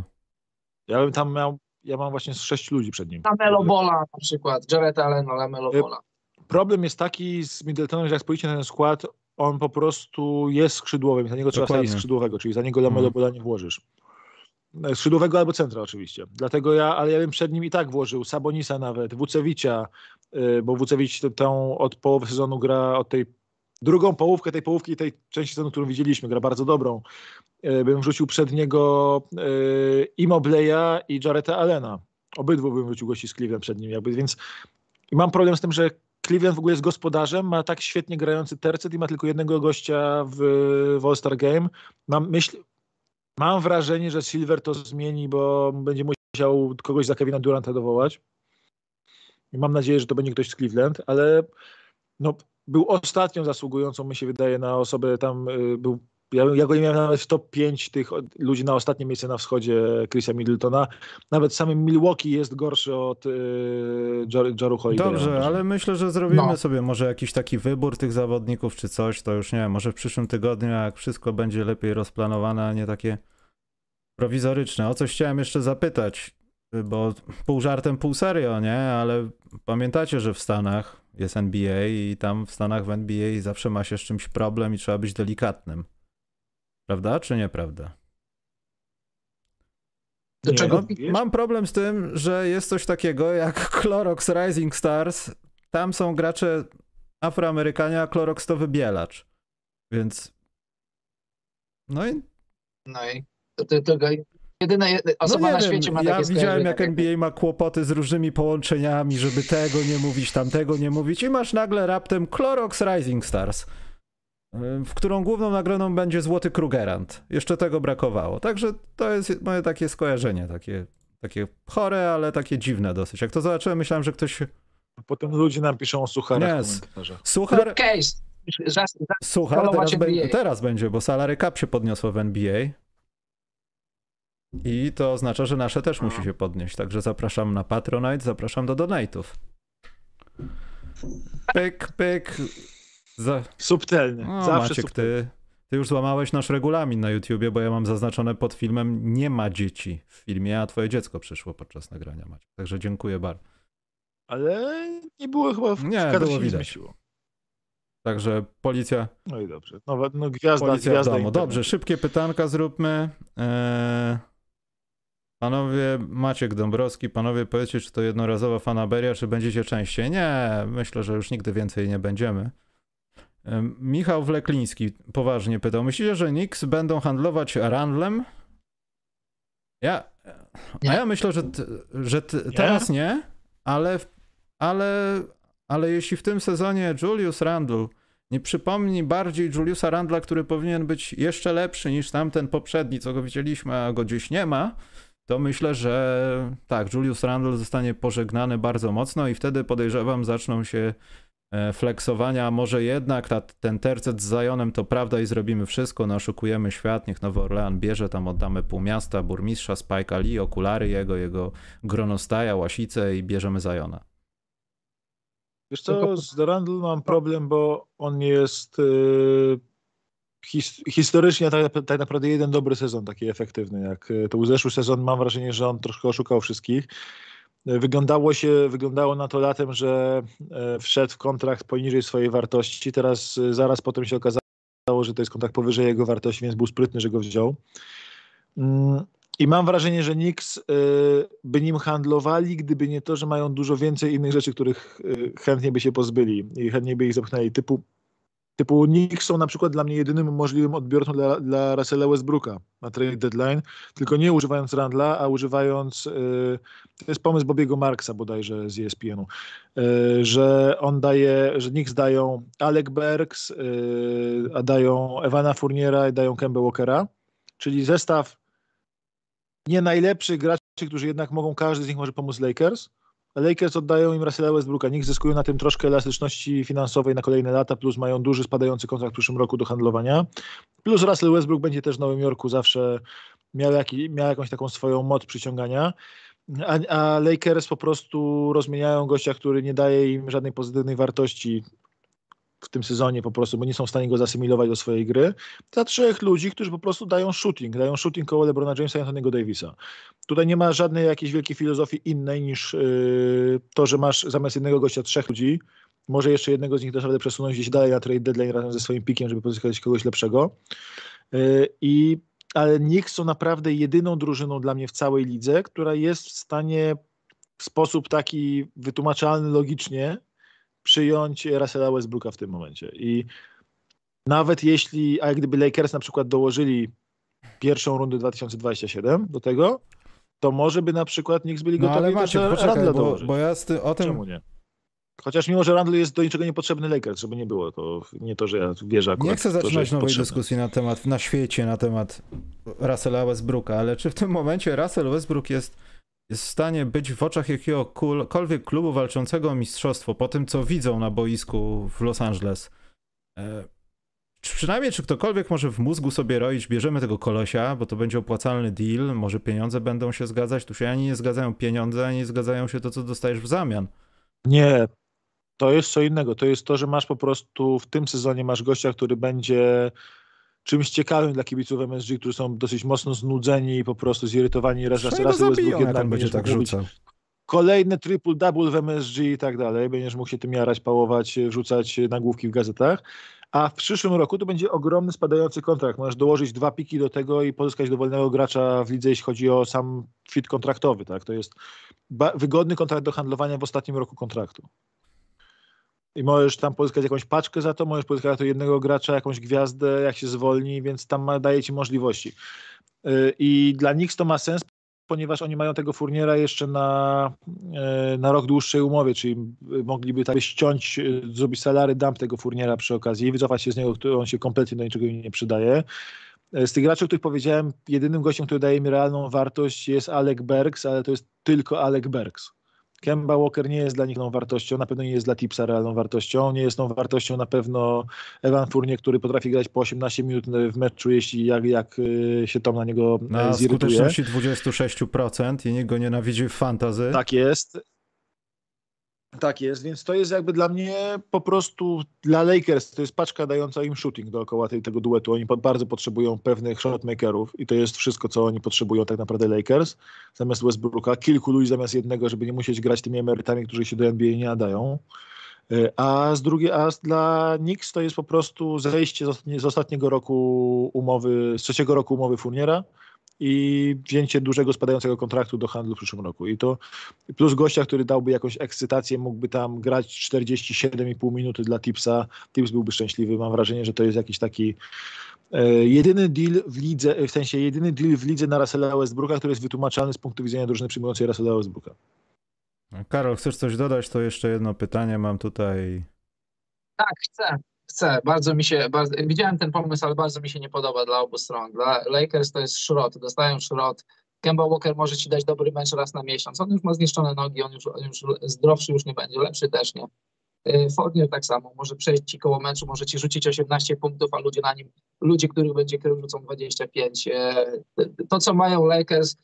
Ja mam właśnie 6 ludzi przed nim. Lamelo Balla na przykład. Jarrett Allen, Lamelo Balla. Problem jest taki z Middletonem, że jak spojrzycie na ten skład, on po prostu jest skrzydłowym. Za niego trzeba stawić skrzydłowego, czyli za niego Lamelo Balla nie włożysz. Skrzydłowego albo centra oczywiście. Dlatego ale ja bym przed nim i tak włożył Sabonisa nawet, Vucevicza, bo Vucevic od połowy sezonu gra od tej drugą połówkę tej połówki i tej części sezonu, którą widzieliśmy, gra bardzo dobrą. Bym wrzucił przed niego Immobleya i Jarretta Allena. Obydwu bym wrzucił gości z Cleveland przed nim. Więc mam problem z tym, że Cleveland w ogóle jest gospodarzem, ma tak świetnie grający tercet i ma tylko jednego gościa w All-Star Game. Mam wrażenie, że Silver to zmieni, bo będzie musiał kogoś za Kevina Duranta dowołać. I mam nadzieję, że to będzie ktoś z Cleveland, ale był ostatnią zasługującą, mi się wydaje, na osobę tam. Ja go nie miałem nawet w top 5 tych ludzi na ostatnie miejsce na wschodzie Chrisa Middletona. Nawet samym Milwaukee jest gorszy od Jaru Holiday'a. Dobrze, ale myślę, że zrobimy sobie może jakiś taki wybór tych zawodników czy coś, to już nie wiem, może w przyszłym tygodniu, jak wszystko będzie lepiej rozplanowane, a nie takie prowizoryczne. O coś chciałem jeszcze zapytać, bo pół żartem, pół serio, nie? Ale pamiętacie, że w Stanach jest NBA i tam w Stanach w NBA zawsze ma się z czymś problem i trzeba być delikatnym. Prawda, czy nieprawda? Mam problem z tym, że jest coś takiego jak Clorox Rising Stars. Tam są gracze Afroamerykanie, a Clorox to wybielacz. Więc... No i to jedyna osoba na świecie ma takie Ja widziałem, jak NBA ma kłopoty z różnymi połączeniami, żeby tego nie mówić, tamtego nie mówić i masz nagle raptem Clorox Rising Stars, w którą główną nagrodą będzie Złoty Krugerrand. Jeszcze tego brakowało. Także to jest moje takie skojarzenie, takie chore, ale takie dziwne dosyć. Jak to zobaczyłem, myślałem, że ktoś... Potem ludzie nam piszą o sucharach w komentarzach. Suchar teraz będzie, bo salary cap się podniosło w NBA. I to oznacza, że nasze też musi się podnieść. Także zapraszam na Patronite, zapraszam do donate'ów. Pyk. Subtelnie. Zawsze Maciek, subtelnie. ty już złamałeś nasz regulamin na YouTubie, bo ja mam zaznaczone pod filmem nie ma dzieci w filmie, a twoje dziecko przyszło podczas nagrania, Maciek. Także dziękuję bardzo. Ale nie było chyba nie było widać. Także policja... No i dobrze. Gwiazda w domu. Dobrze, szybkie pytanka zróbmy. Panowie, Maciek Dąbrowski, panowie, powiedzcie, czy to jednorazowa fanaberia, czy będziecie częściej? Nie, myślę, że już nigdy więcej nie będziemy. Michał Wlekliński poważnie pytał, myślicie, że Knicks będą handlować Randlem? Ja myślę, że teraz nie, ale jeśli w tym sezonie Julius Randle nie przypomni bardziej Juliusa Randla, który powinien być jeszcze lepszy niż tamten poprzedni, co go widzieliśmy, a go gdzieś nie ma, to myślę, że tak, Julius Randle zostanie pożegnany bardzo mocno i wtedy podejrzewam, zaczną się flexowania, może jednak ten tercet z Zionem to prawda i zrobimy wszystko, oszukujemy świat, niech Nowy Orlean bierze, tam oddamy pół miasta, burmistrza, Spike'a Lee, okulary jego gronostaja, łasicę i bierzemy Ziona. Wiesz co, z Randle mam problem, bo on jest historycznie tak naprawdę jeden dobry sezon, taki efektywny. Jak to był zeszły sezon, mam wrażenie, że on troszkę oszukał wszystkich. Wyglądało na to latem, że wszedł w kontrakt poniżej swojej wartości. Teraz zaraz potem się okazało, że to jest kontrakt powyżej jego wartości, więc był sprytny, że go wziął. I mam wrażenie, że Knicks by nim handlowali, gdyby nie to, że mają dużo więcej innych rzeczy, których chętnie by się pozbyli i chętnie by ich zepchnęli. Typu Knicks są na przykład dla mnie jedynym możliwym odbiorcą dla Russella Westbrooka na trade deadline, tylko nie używając Randla, a używając, to jest pomysł Bobiego Marksa bodajże z ESPN-u, że Knicks dają Alec Burks, a dają Evana Fourniera i dają Kemba Walkera, czyli zestaw nie najlepszych graczy, którzy jednak mogą, każdy z nich może pomóc Lakers, Lakers oddają im Russella Westbrooka. Nikt zyskują na tym troszkę elastyczności finansowej na kolejne lata, plus mają duży spadający kontrakt w przyszłym roku do handlowania. Plus Russell Westbrook będzie też w Nowym Jorku zawsze miał jakąś taką swoją moc przyciągania. A Lakers po prostu rozmieniają gościa, który nie daje im żadnej pozytywnej wartości w tym sezonie po prostu, bo nie są w stanie go zasymilować do swojej gry, za 3 ludzi, którzy po prostu dają shooting koło LeBrona Jamesa i Anthony'ego Davisa. Tutaj nie ma żadnej jakiejś wielkiej filozofii innej niż to, że masz zamiast jednego gościa 3 ludzi, może jeszcze jednego z nich też naprawdę przesunąć gdzieś dalej na trade deadline razem ze swoim pikiem, żeby pozyskać kogoś lepszego. Ale Knicks są naprawdę jedyną drużyną dla mnie w całej lidze, która jest w stanie w sposób taki wytłumaczalny logicznie przyjąć Russella Westbrooka w tym momencie. I nawet jeśli, a gdyby Lakers na przykład dołożyli pierwszą rundę 2027 do tego, to może by na przykład Knicks byli gotowi ale Maciek, poczekaj, bo ja o tym... Czemu nie? Chociaż mimo, że Randle jest do niczego niepotrzebny Lakers, żeby nie było, to nie to, że ja wierzę akurat. Nie chcę zaczynać nowej potrzebne. dyskusji na świecie na temat Russella Westbrooka, ale czy w tym momencie Russell Westbrook jest w stanie być w oczach jakiegokolwiek klubu walczącego o mistrzostwo po tym, co widzą na boisku w Los Angeles? Przynajmniej czy ktokolwiek może w mózgu sobie roić, bierzemy tego kolesia, bo to będzie opłacalny deal, może pieniądze będą się zgadzać, tu się ani nie zgadzają pieniądze, ani nie zgadzają się to, co dostajesz w zamian. Nie, to jest co innego. To jest to, że masz po prostu w tym sezonie masz gościa, który będzie czymś ciekawym dla kibiców MSG, którzy są dosyć mocno znudzeni i po prostu zirytowani. Raz Westbrook jednak będzie tak rzucał. Kolejny triple-double w MSG i tak dalej. Będziesz mógł się tym jarać, pałować, wrzucać nagłówki w gazetach. A w przyszłym roku to będzie ogromny spadający kontrakt. Możesz dołożyć 2 piki do tego i pozyskać dowolnego gracza w lidze, jeśli chodzi o sam fit kontraktowy. Tak? To jest wygodny kontrakt do handlowania w ostatnim roku kontraktu. I możesz tam pozyskać jakąś paczkę za to, możesz pozyskać to jednego gracza, jakąś gwiazdę, jak się zwolni, więc tam daje ci możliwości. I dla Knicks to ma sens, ponieważ oni mają tego Fourniera jeszcze na rok dłuższej umowie, czyli mogliby tak ściąć, zrobić salary dump tego Fourniera przy okazji i wycofać się z niego, który on się kompletnie do niczego nie przydaje. Z tych graczy, o których powiedziałem, jedynym gościem, który daje mi realną wartość jest Alec Burks, ale to jest tylko Alec Burks. Kemba Walker nie jest dla nich tą wartością, na pewno nie jest dla Tipsa realną wartością, nie jest tą wartością na pewno Evan Fournier, który potrafi grać po 18 minut w meczu, jeśli jak się Tom na niego zirytuje. Na skuteczności 26% i nikt go nienawidzi w fantasy. Tak jest, więc to jest jakby dla mnie po prostu dla Lakers, to jest paczka dająca im shooting dookoła tego duetu. Oni bardzo potrzebują pewnych shotmakerów i to jest wszystko, co oni potrzebują tak naprawdę Lakers. Zamiast Westbrooka, kilku ludzi zamiast jednego, żeby nie musieć grać tymi emerytami, którzy się do NBA nie nadają. A dla Knicks to jest po prostu zejście z ostatniego roku umowy, z 3. roku umowy Fourniera i wzięcie dużego spadającego kontraktu do handlu w przyszłym roku. I to plus gościa, który dałby jakąś ekscytację, mógłby tam grać 47,5 minuty dla Tipsa. Tips byłby szczęśliwy. Mam wrażenie, że to jest jakiś taki jedyny deal w lidze, w sensie jedyny deal w lidze na Russella Westbrooka, który jest wytłumaczalny z punktu widzenia drużyny przyjmującej Russella Westbrooka. Karol, chcesz coś dodać? To jeszcze jedno pytanie mam tutaj. Tak, chcę. Widziałem ten pomysł, ale bardzo mi się nie podoba dla obu stron. Dla Lakers to jest szrot, dostają szrot. Kemba Walker może ci dać dobry mecz raz na miesiąc. On już ma zniszczone nogi, on już zdrowszy już nie będzie, lepszy też nie. Fournier tak samo, może przejść ci koło meczu, może ci rzucić 18 punktów, a ludzie, których będzie krył, rzucą 25. To, co mają Lakers,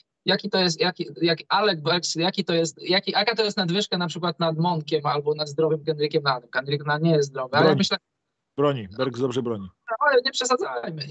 jaka to jest nadwyżka na przykład nad Monkiem albo nad zdrowym Kendrickiem Nunnem. Kendrick Nunn nie jest zdrowy, ale ja myślę... Burks dobrze broni. Ale nie przesadzajmy.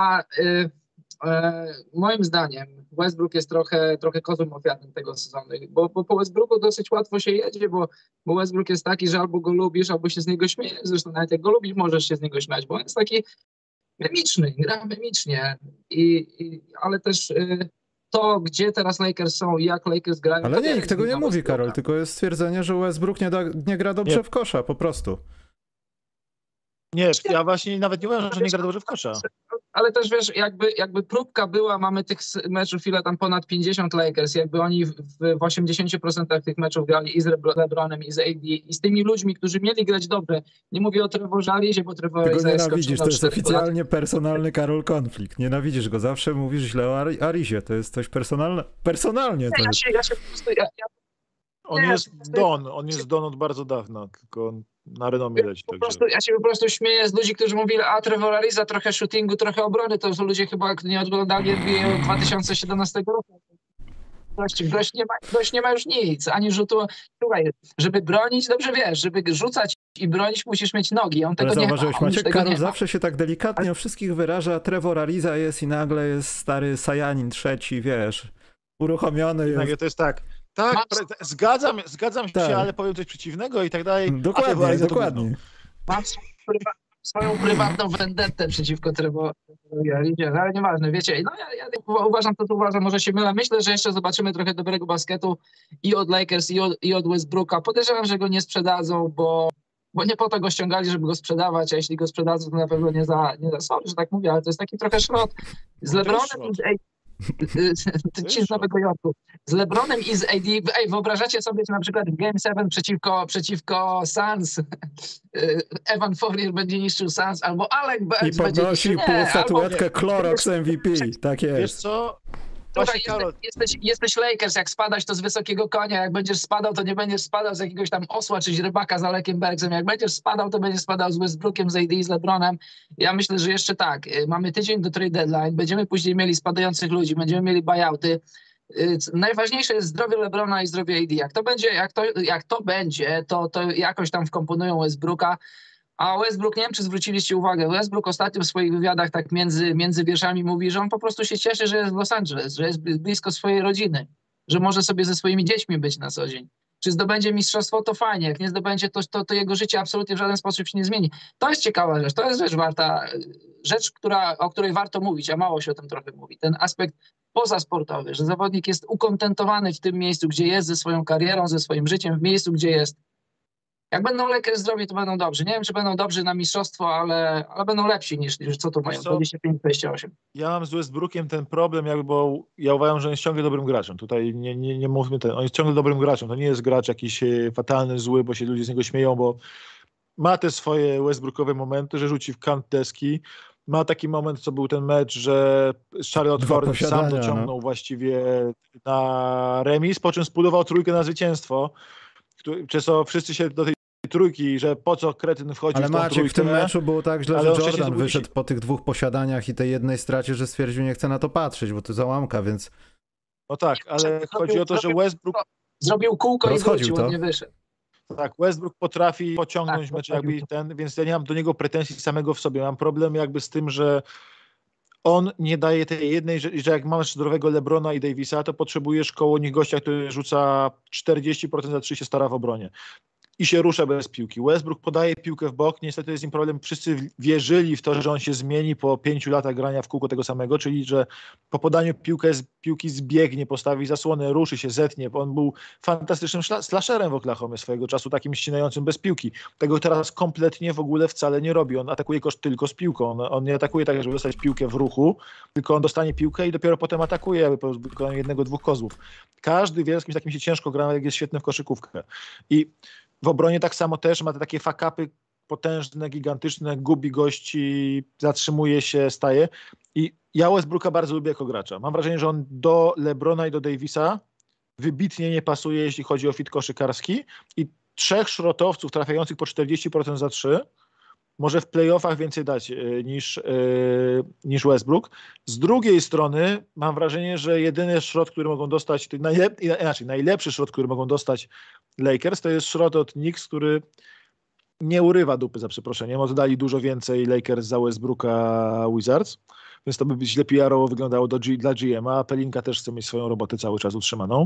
Moim zdaniem Westbrook jest trochę kozłem ofiarnym tego sezonu, bo po Westbrooku dosyć łatwo się jedzie, bo Westbrook jest taki, że albo go lubisz, albo się z niego śmiejesz. Zresztą nawet jak go lubisz, możesz się z niego śmiać, bo on jest taki mimiczny, gra mimicznie. Ale też to, gdzie teraz Lakers są i jak Lakers grają... Ale nikt tego nie mówi, Karol, tylko jest stwierdzenie, że Westbrook nie gra dobrze w kosza, po prostu. Nie, ja właśnie nawet nie uważam, że nie gra dobrze w kosza. Ale też wiesz, jakby próbka była, mamy tych meczów ile tam ponad 50 Lakers, jakby oni w 80% tych meczów grali i z LeBronem, i z AD, i z tymi ludźmi, którzy mieli grać dobrze. Nie mówię o Trevorze Arizie, bo Trevor Ty go nienawidzisz, to jest oficjalnie personalny Karol konflikt. Nienawidzisz go, zawsze mówisz źle o Arizie, to jest coś personalnie. To Ja się po prostu... On jest Don od bardzo dawna, tylko na renomie leci. Ja się po prostu śmieję z ludzi, którzy mówili, a Trevor Ariza trochę shootingu, trochę obrony, to są ludzie chyba nie oglądali NBA od 2017 roku. Gość nie ma już nic, ani rzutu. Słuchaj, żeby bronić, dobrze wiesz, żeby rzucać i bronić musisz mieć nogi, on tego nie ma. Maciek Karol zawsze się tak delikatnie o wszystkich wyraża, Trevor Ariza jest i nagle jest stary Sajanin trzeci, wiesz, uruchomiony jest. To jest tak. Tak, zgadzam się, ale powiem coś przeciwnego i tak dalej. Dokładnie. Mam swoją prywatną vendettę przeciwko Trevorowi Arizie, ale nieważne, wiecie, no ja uważam to, co uważam, może się mylę. Myślę, że jeszcze zobaczymy trochę dobrego basketu i od Lakers, i od Westbrooka. Podejrzewam, że go nie sprzedadzą, bo nie po to go ściągali, żeby go sprzedawać, a jeśli go sprzedadzą, to na pewno nie za sorry, że tak mówię, ale to jest taki trochę szrot. Z LeBronem ci z Nowego Jorku. Z LeBronem i z AD. Wyobrażacie sobie, że na przykład w Game 7 przeciwko Suns Evan Fournier będzie niszczył Suns, albo Alec Burks będzie niszczył... I podnosi statuetkę Clorox MVP. Tak jest. Wiesz co? Słuchaj, jesteś Lakers, jak spadać to z wysokiego konia, jak będziesz spadał, to nie będziesz spadał z jakiegoś tam osła czy rybaka z Aleciem Burksem, jak będziesz spadał, to będziesz spadał z Westbrookiem, z AD, z LeBronem. Ja myślę, że jeszcze tak, mamy tydzień do trade deadline, będziemy później mieli spadających ludzi, będziemy mieli buyouty. Najważniejsze jest zdrowie LeBrona i zdrowie AD. Jak to będzie, to jakoś tam wkomponują Westbrooka. A Westbrook, nie wiem, czy zwróciliście uwagę, Westbrook ostatnio w swoich wywiadach tak między wierszami mówi, że on po prostu się cieszy, że jest w Los Angeles, że jest blisko swojej rodziny, że może sobie ze swoimi dziećmi być na co dzień. Czy zdobędzie mistrzostwo, to fajnie, jak nie zdobędzie, to jego życie absolutnie w żaden sposób się nie zmieni. To jest ciekawa rzecz, to jest rzecz, o której warto mówić, a mało się o tym trochę mówi. Ten aspekt pozasportowy, że zawodnik jest ukontentowany w tym miejscu, gdzie jest, ze swoją karierą, ze swoim życiem, w miejscu, gdzie jest. Jak będą Lakers zdrowi, to będą dobrzy. Nie wiem, czy będą dobrzy na mistrzostwo, ale będą lepsi niż co tu mają, 25-28. Ja mam z Westbrookiem ten problem, bo ja uważam, że on jest ciągle dobrym graczem. Tutaj nie mówmy on jest ciągle dobrym graczem. To nie jest gracz jakiś fatalny, zły, bo się ludzie z niego śmieją, bo ma te swoje Westbrookowe momenty, że rzuci w kant deski. Ma taki moment, co był ten mecz, że Charlotte Hornets sam dociągnął właściwie na remis, po czym zbudował trójkę na zwycięstwo. Przez co wszyscy się do tej trójki, że po co kretyn wchodzi w tą trójkę. Ale Maciek, w tym meczu było tak źle, że Jordan wyszedł po tych dwóch posiadaniach i tej jednej stracie, że stwierdził, nie chce na to patrzeć, bo to załamka, więc... No tak, ale chodzi o to, że Westbrook... Zrobił kółko i wrócił, on nie wyszedł. Tak, Westbrook potrafi pociągnąć mecz więc ja nie mam do niego pretensji samego w sobie. Mam problem z tym, że on nie daje tej jednej, że jak masz zdrowego LeBrona i Davisa, to potrzebujesz koło nich gościa, który rzuca 40% za 3 się stara w obronie i się rusza bez piłki. Westbrook podaje piłkę w bok, niestety jest im problem. Wszyscy wierzyli w to, że on się zmieni po 5 latach grania w kółko tego samego, czyli że po podaniu piłki zbiegnie, postawi zasłonę, ruszy się, zetnie. On był fantastycznym slasherem w Oklahomie swojego czasu, takim ścinającym bez piłki. Tego teraz kompletnie w ogóle wcale nie robi. On atakuje tylko z piłką. On nie atakuje tak, żeby dostać piłkę w ruchu, tylko on dostanie piłkę i dopiero potem atakuje, aby po wykonaniu 1-2 kozłów. Każdy wie, z kimś takim się ciężko gra, jak jest świetny w koszykówkę. I w obronie tak samo też ma te takie fuck-upy potężne, gigantyczne, gubi gości, zatrzymuje się, staje. I ja Westbrooka bardzo lubię jako gracza. Mam wrażenie, że on do LeBrona i do Davisa wybitnie nie pasuje, jeśli chodzi o fit koszykarski. I 3 szrotowców trafiających po 40% za 3 może w playoffach więcej dać niż Westbrook. Z drugiej strony mam wrażenie, że jedyny szrot, który mogą dostać, najlepszy szrot, który mogą dostać Lakers, to jest szrot od Knicks, który nie urywa dupy, za przeproszeniem. Oddali dużo więcej Lakers za Westbrooka Wizards, więc to by źle PR-owo wyglądało dla GM-a, a Pelinka też chce mieć swoją robotę cały czas utrzymaną.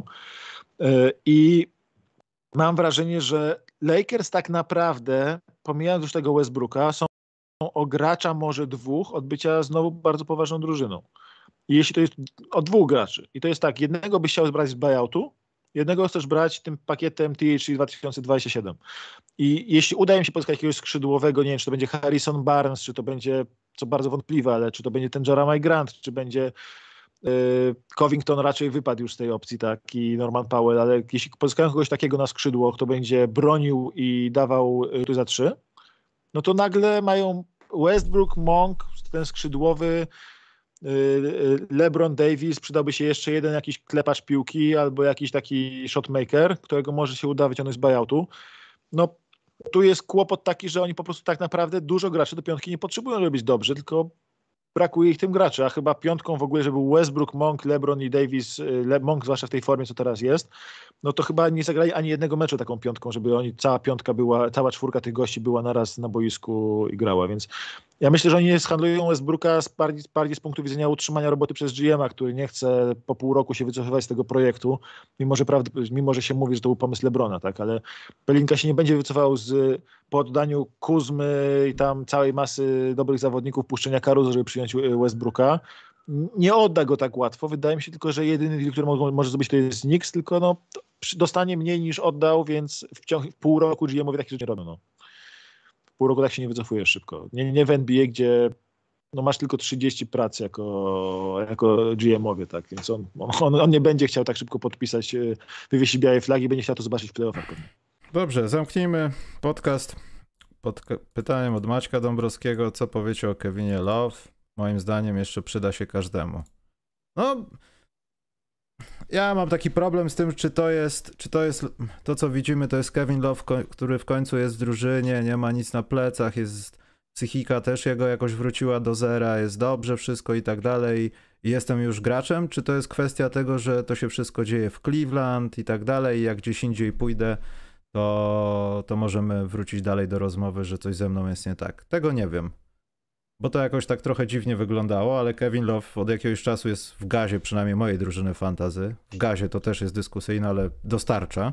I mam wrażenie, że Lakers tak naprawdę, pomijając już tego Westbrooka, są o gracza może 2 od bycia znowu bardzo poważną drużyną. I jeśli to jest o 2 graczy, i to jest tak, jednego byś chciał brać z buyoutu, jednego chcesz brać tym pakietem THC 2027. I jeśli uda im się pozyskać jakiegoś skrzydłowego, nie wiem, czy to będzie Harrison Barnes, czy to będzie, co bardzo wątpliwe, ale czy to będzie ten Jeremiah Grant, czy będzie Covington, raczej wypadł już z tej opcji, tak, i Norman Powell, ale jeśli pozyskają kogoś takiego na skrzydło, kto będzie bronił i dawał tu za 3, no to nagle mają Westbrook, Monk, ten skrzydłowy, LeBron Davis, przydałby się jeszcze jeden jakiś klepacz piłki albo jakiś taki shotmaker, którego może się uda wyciągnąć z buyoutu. No tu jest kłopot taki, że oni po prostu tak naprawdę dużo graczy do piątki nie potrzebują, żeby być dobrzy, tylko brakuje ich tym graczy, a chyba piątką w ogóle, żeby był Westbrook, Monk, LeBron i Davis, Monk zwłaszcza w tej formie, co teraz jest, no to chyba nie zagrali ani jednego meczu taką piątką, żeby oni, cała czwórka tych gości była naraz na boisku i grała, więc ja myślę, że oni nie handlują Westbrooka bardziej z punktu widzenia utrzymania roboty przez GM-a, który nie chce po pół roku się wycofywać z tego projektu, mimo że się mówi, że to był pomysł LeBrona, tak, ale Pelinka się nie będzie wycofał po oddaniu Kuzmy i tam całej masy dobrych zawodników, puszczenia Caruso, żeby przyjąć Westbrooka. Nie odda go tak łatwo. Wydaje mi się tylko, że jedyny deal, który może zrobić, to jest Knicks, tylko no, dostanie mniej niż oddał, więc w pół roku GM-owie takie rzeczy nie robią. No. W pół roku tak się nie wycofujesz szybko. Nie w NBA, gdzie no, masz tylko 30 prac jako GM-owie, tak, więc on nie będzie chciał tak szybko podpisać, wywiesić białej flagi, będzie chciał to zobaczyć w playoffach pewnie. Dobrze, zamknijmy podcast pod pytaniem od Maćka Dąbrowskiego. Co powiecie o Kevinie Love? Moim zdaniem jeszcze przyda się każdemu. No, ja mam taki problem z tym, czy to jest to, co widzimy, to jest Kevin Love, który w końcu jest w drużynie, nie ma nic na plecach, psychika też jego jakoś wróciła do zera, jest dobrze wszystko i tak dalej i jestem już graczem, czy to jest kwestia tego, że to się wszystko dzieje w Cleveland i tak dalej i jak gdzieś indziej pójdę, to możemy wrócić dalej do rozmowy, że coś ze mną jest nie tak. Tego nie wiem. Bo to jakoś tak trochę dziwnie wyglądało, ale Kevin Love od jakiegoś czasu jest w gazie, przynajmniej mojej drużyny fantasy. W gazie to też jest dyskusyjne, ale dostarcza.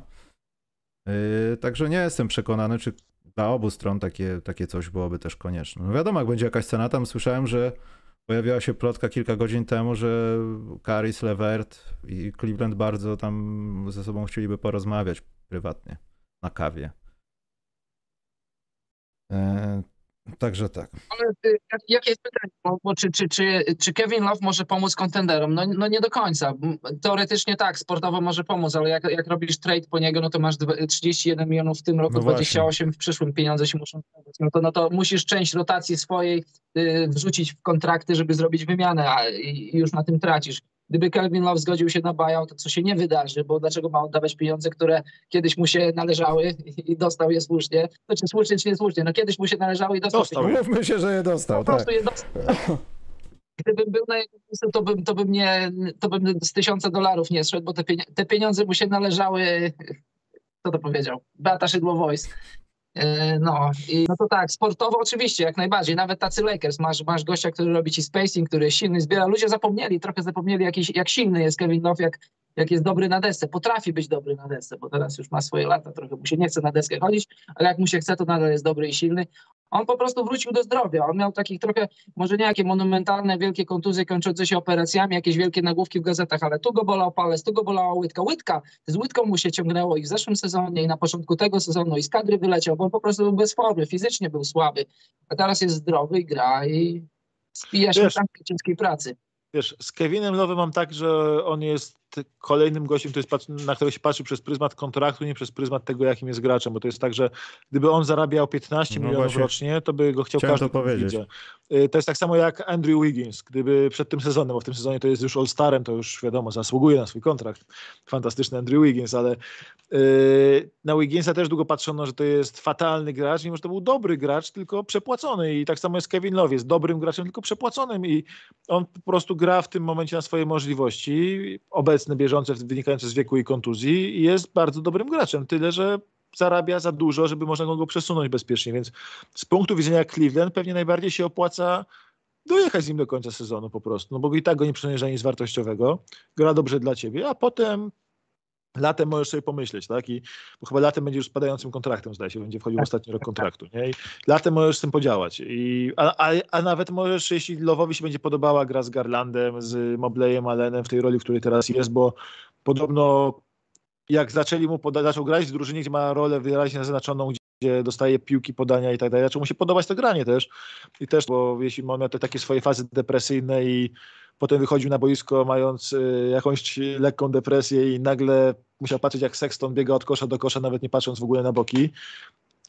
Także nie jestem przekonany, czy dla obu stron takie coś byłoby też konieczne. No wiadomo, jak będzie jakaś cena, tam słyszałem, że pojawiła się plotka kilka godzin temu, że Caris LeVert i Cleveland bardzo tam ze sobą chcieliby porozmawiać prywatnie na kawie. Także tak. Ale jakie jest pytanie? Bo czy Kevin Love może pomóc kontenderom? No nie do końca. Teoretycznie tak, sportowo może pomóc, ale jak robisz trade po niego, no to masz 31 milionów w tym roku, No 28 w przyszłym, pieniądze się muszą zgadzać. No to musisz część rotacji swojej wrzucić w kontrakty, żeby zrobić wymianę, i już na tym tracisz. Gdyby Kevin Love zgodził się na buyout, to co się nie wydarzy, bo dlaczego ma oddawać pieniądze, które kiedyś mu się należały i dostał je słusznie? To czy słusznie, czy niesłusznie? No kiedyś mu się należały i dostał. Mówmy się, że je dostał. Po prostu je dostał. Gdybym był na jego miejscu, to bym z $1000 nie zszedł, bo te pieniądze mu się należały. Kto to powiedział? Beata Szydło-Wojs. No to tak, sportowo oczywiście, jak najbardziej, nawet tacy Lakers, masz gościa, który robi ci spacing, który jest silny, zbiera, ludzie trochę zapomnieli jak silny jest Kevin Love, jak jest dobry na desce, potrafi być dobry na desce, bo teraz już ma swoje lata, trochę mu się nie chce na deskę chodzić, ale jak mu się chce, to nadal jest dobry i silny. On po prostu wrócił do zdrowia, on miał takich trochę, może nie jakie monumentalne, wielkie kontuzje kończące się operacjami, jakieś wielkie nagłówki w gazetach, ale tu go bolał palec, tu go bolała łydka, z łydką mu się ciągnęło i w zeszłym sezonie, i na początku tego sezonu, i z kadry wyleciał, bo on po prostu był bez formy, fizycznie był słaby, a teraz jest zdrowy i gra i spija się w ciężkiej pracy. Wiesz, z Kevinem Love'em mam tak, że on jest kolejnym gościem, na którego się patrzy przez pryzmat kontraktu, nie przez pryzmat tego, jakim jest graczem, bo to jest tak, że gdyby on zarabiał 15 milionów rocznie, to by go chciał każdy powiedzieć. To jest tak samo jak Andrew Wiggins, gdyby przed tym sezonem, bo w tym sezonie to jest już All-Starem, to już wiadomo, zasługuje na swój kontrakt. Fantastyczny Andrew Wiggins, ale na Wigginsa też długo patrzono, że to jest fatalny gracz, mimo że to był dobry gracz, tylko przepłacony, i tak samo jest Kevin Love, jest dobrym graczem, tylko przepłaconym, i on po prostu gra w tym momencie na swoje możliwości, obecnie bieżące, wynikające z wieku i kontuzji, i jest bardzo dobrym graczem. Tyle, że zarabia za dużo, żeby można go przesunąć bezpiecznie, więc z punktu widzenia Cleveland pewnie najbardziej się opłaca dojechać z nim do końca sezonu po prostu, no bo i tak go nie przynależy nic wartościowego, gra dobrze dla ciebie, a potem latem możesz sobie pomyśleć, tak? Bo chyba latem będzie już spadającym kontraktem, zdaje się, będzie wchodził w ostatni rok kontraktu, nie? I latem możesz z tym podziałać. A nawet możesz, jeśli Love'owi się będzie podobała gra z Garlandem, z Mobleyem, Allenem w tej roli, w której teraz jest, bo podobno jak zaczął grać w drużynie, gdzie ma rolę wyraźnie zaznaczoną, gdzie dostaje piłki, podania i tak dalej, zaczął mu się podobać to granie też. I też, bo jeśli on miał te takie swoje fazy depresyjne i potem wychodził na boisko mając jakąś lekką depresję i nagle musiał patrzeć, jak Sexton biega od kosza do kosza, nawet nie patrząc w ogóle na boki,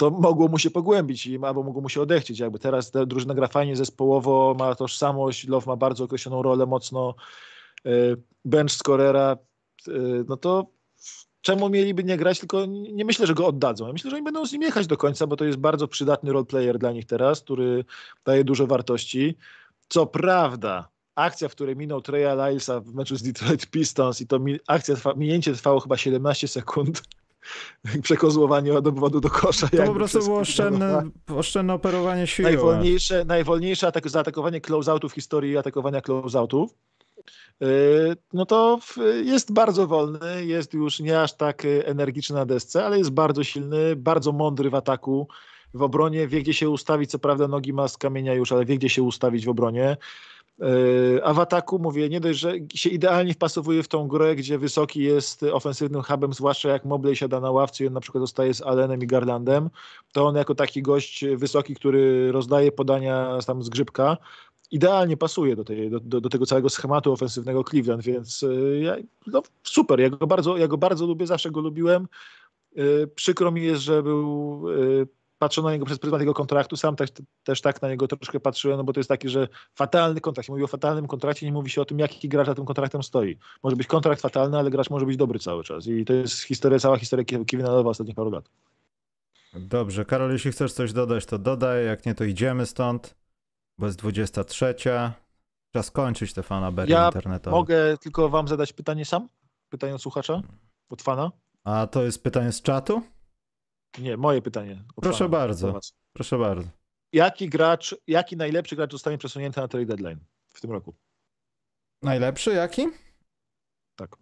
to mogło mu się pogłębić albo mogło mu się odechcieć. Jakby teraz ta drużyna gra fajnie zespołowo, ma tożsamość, Love ma bardzo określoną rolę, mocno bench scorera, no to czemu mieliby nie grać, tylko nie myślę, że go oddadzą. Ja myślę, że oni będą z nim jechać do końca, bo to jest bardzo przydatny roleplayer dla nich teraz, który daje dużo wartości. Co prawda, akcja, w której minął Treya Lylesa w meczu z Detroit Pistons i to minięcie trwało chyba 17 sekund, przekozłowanie od obwodu do kosza. To po prostu było oszczędne operowanie siłą. Najwolniejsze zaatakowanie closeoutów w historii atakowania closeoutów. No to jest bardzo wolny, jest już nie aż tak energiczny na desce, ale jest bardzo silny, bardzo mądry w ataku, w obronie, wie gdzie się ustawić, co prawda nogi ma z kamienia już, ale wie gdzie się ustawić w obronie. A w ataku, mówię, nie dość, że się idealnie wpasowuje w tą grę, gdzie wysoki jest ofensywnym hubem, zwłaszcza jak Mobley siada na ławce i on na przykład zostaje z Allenem i Garlandem, to on jako taki gość wysoki, który rozdaje podania tam z grzybka, idealnie pasuje do tego całego schematu ofensywnego Cleveland, więc super, ja go bardzo lubię, zawsze go lubiłem. Przykro mi jest, że był patrzono na niego przez pryzmat jego kontraktu, sam też tak na niego troszkę patrzyłem, no bo to jest taki, że fatalny kontrakt, się mówi o fatalnym kontrakcie, nie mówi się o tym, jaki gracz za tym kontraktem stoi. Może być kontrakt fatalny, ale gracz może być dobry cały czas i to jest cała historia Kevina Love'a ostatnich paru lat. Dobrze, Karol, jeśli chcesz coś dodać, to dodaj, jak nie, to idziemy stąd, bo jest 23. Czas kończyć te fanabery internetowe. Mogę tylko wam zadać pytanie sam? Pytanie od słuchacza? Od fana? A to jest pytanie z czatu? Nie, moje pytanie. Proszę bardzo. Proszę bardzo. Jaki najlepszy gracz zostanie przesunięty na trade deadline w tym roku? Najlepszy? Jaki? Tak.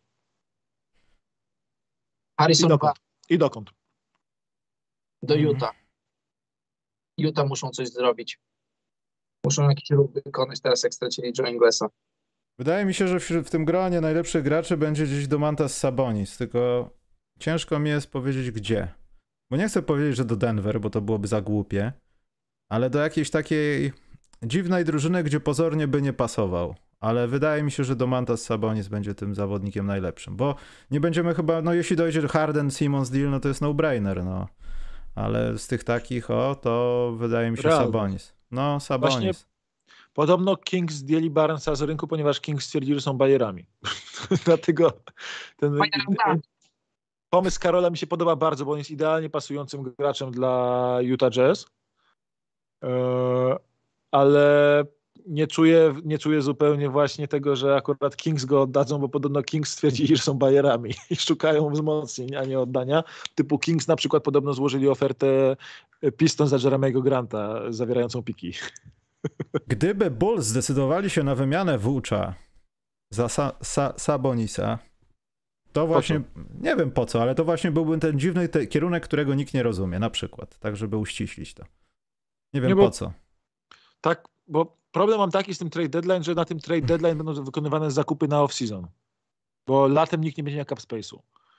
Harrison I dokąd? Do Utah. Utah muszą coś zrobić. Muszą jakiś ruch wykonać teraz, jak stracili Joe Inglesa. Wydaje mi się, że w tym gronie najlepszych graczy będzie gdzieś Domantas Sabonis, tylko ciężko mi jest powiedzieć gdzie. Bo nie chcę powiedzieć, że do Denver, bo to byłoby za głupie, ale do jakiejś takiej dziwnej drużyny, gdzie pozornie by nie pasował. Ale wydaje mi się, że Domantas Sabonis będzie tym zawodnikiem najlepszym, bo nie będziemy chyba, no jeśli dojdzie Harden, Simmons deal, no to jest no-brainer, no. Ale z tych takich, to wydaje mi się Sabonis. No, Sabonis. Właśnie podobno Kings zdjęli Barnesa z rynku, ponieważ Kings stwierdzili, że są bajerami. Dlatego ten pomysł Karola mi się podoba bardzo, bo on jest idealnie pasującym graczem dla Utah Jazz. Ale nie czuję zupełnie właśnie tego, że akurat Kings go oddadzą, bo podobno Kings stwierdzili, że są bajerami i szukają wzmocnień, a nie oddania. Typu Kings na przykład podobno złożyli ofertę Pistons za Jeremy'ego Granta zawierającą piki. Gdyby Bulls zdecydowali się na wymianę Voocha za Sabonisa, to właśnie, nie wiem po co, ale to właśnie byłby ten dziwny kierunek, którego nikt nie rozumie, na przykład, tak żeby uściślić to. Nie wiem po co. Tak, bo problem mam taki z tym trade deadline, że na tym trade deadline będą wykonywane zakupy na off-season, bo latem nikt nie będzie miał cap space'u.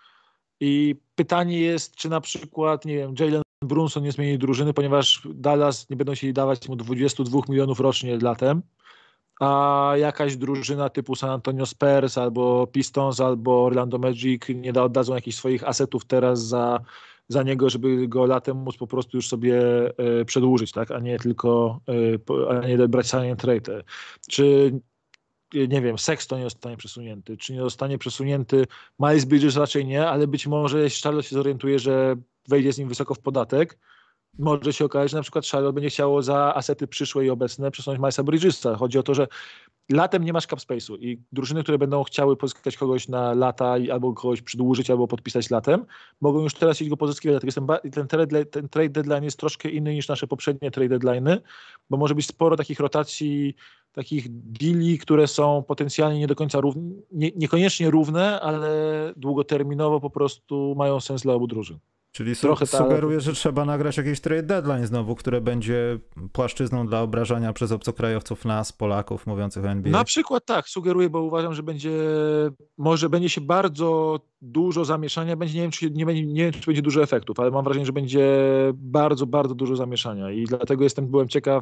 I pytanie jest, czy na przykład, nie wiem, Jalen Brunson nie zmieni drużyny, ponieważ Dallas nie będą chcieli dawać mu 22 milionów rocznie latem, a jakaś drużyna typu San Antonio Spurs albo Pistons albo Orlando Magic nie oddadzą jakichś swoich asetów teraz za niego, żeby go latem móc po prostu już sobie przedłużyć, tak? A nie tylko brać sign trade. Czy nie wiem, Sexton nie zostanie przesunięty, czy nie zostanie przesunięty Miles Bridges, raczej nie, ale być może jeśli Charlotte się zorientuje, że wejdzie z nim wysoko w podatek, może się okazać, że na przykład Charlotte będzie chciało za asety przyszłe i obecne przesunąć Milesa Bridgesa. Chodzi o to, że latem nie masz cap space'u i drużyny, które będą chciały pozyskać kogoś na lata albo kogoś przedłużyć, albo podpisać latem, mogą już teraz iść go pozyskiwać. Dlatego ten trade deadline jest troszkę inny niż nasze poprzednie trade deadline'y, bo może być sporo takich rotacji, takich deali, które są potencjalnie nie do końca równe, niekoniecznie równe, ale długoterminowo po prostu mają sens dla obu drużyn. Czyli sugeruję, że trzeba nagrać jakiś trade deadline znowu, które będzie płaszczyzną dla obrażania przez obcokrajowców nas, Polaków mówiących o NBA. Na przykład tak, sugeruję, bo uważam, że może będzie się bardzo dużo zamieszania, nie wiem, czy będzie dużo efektów, ale mam wrażenie, że będzie bardzo, bardzo dużo zamieszania i dlatego byłem ciekaw,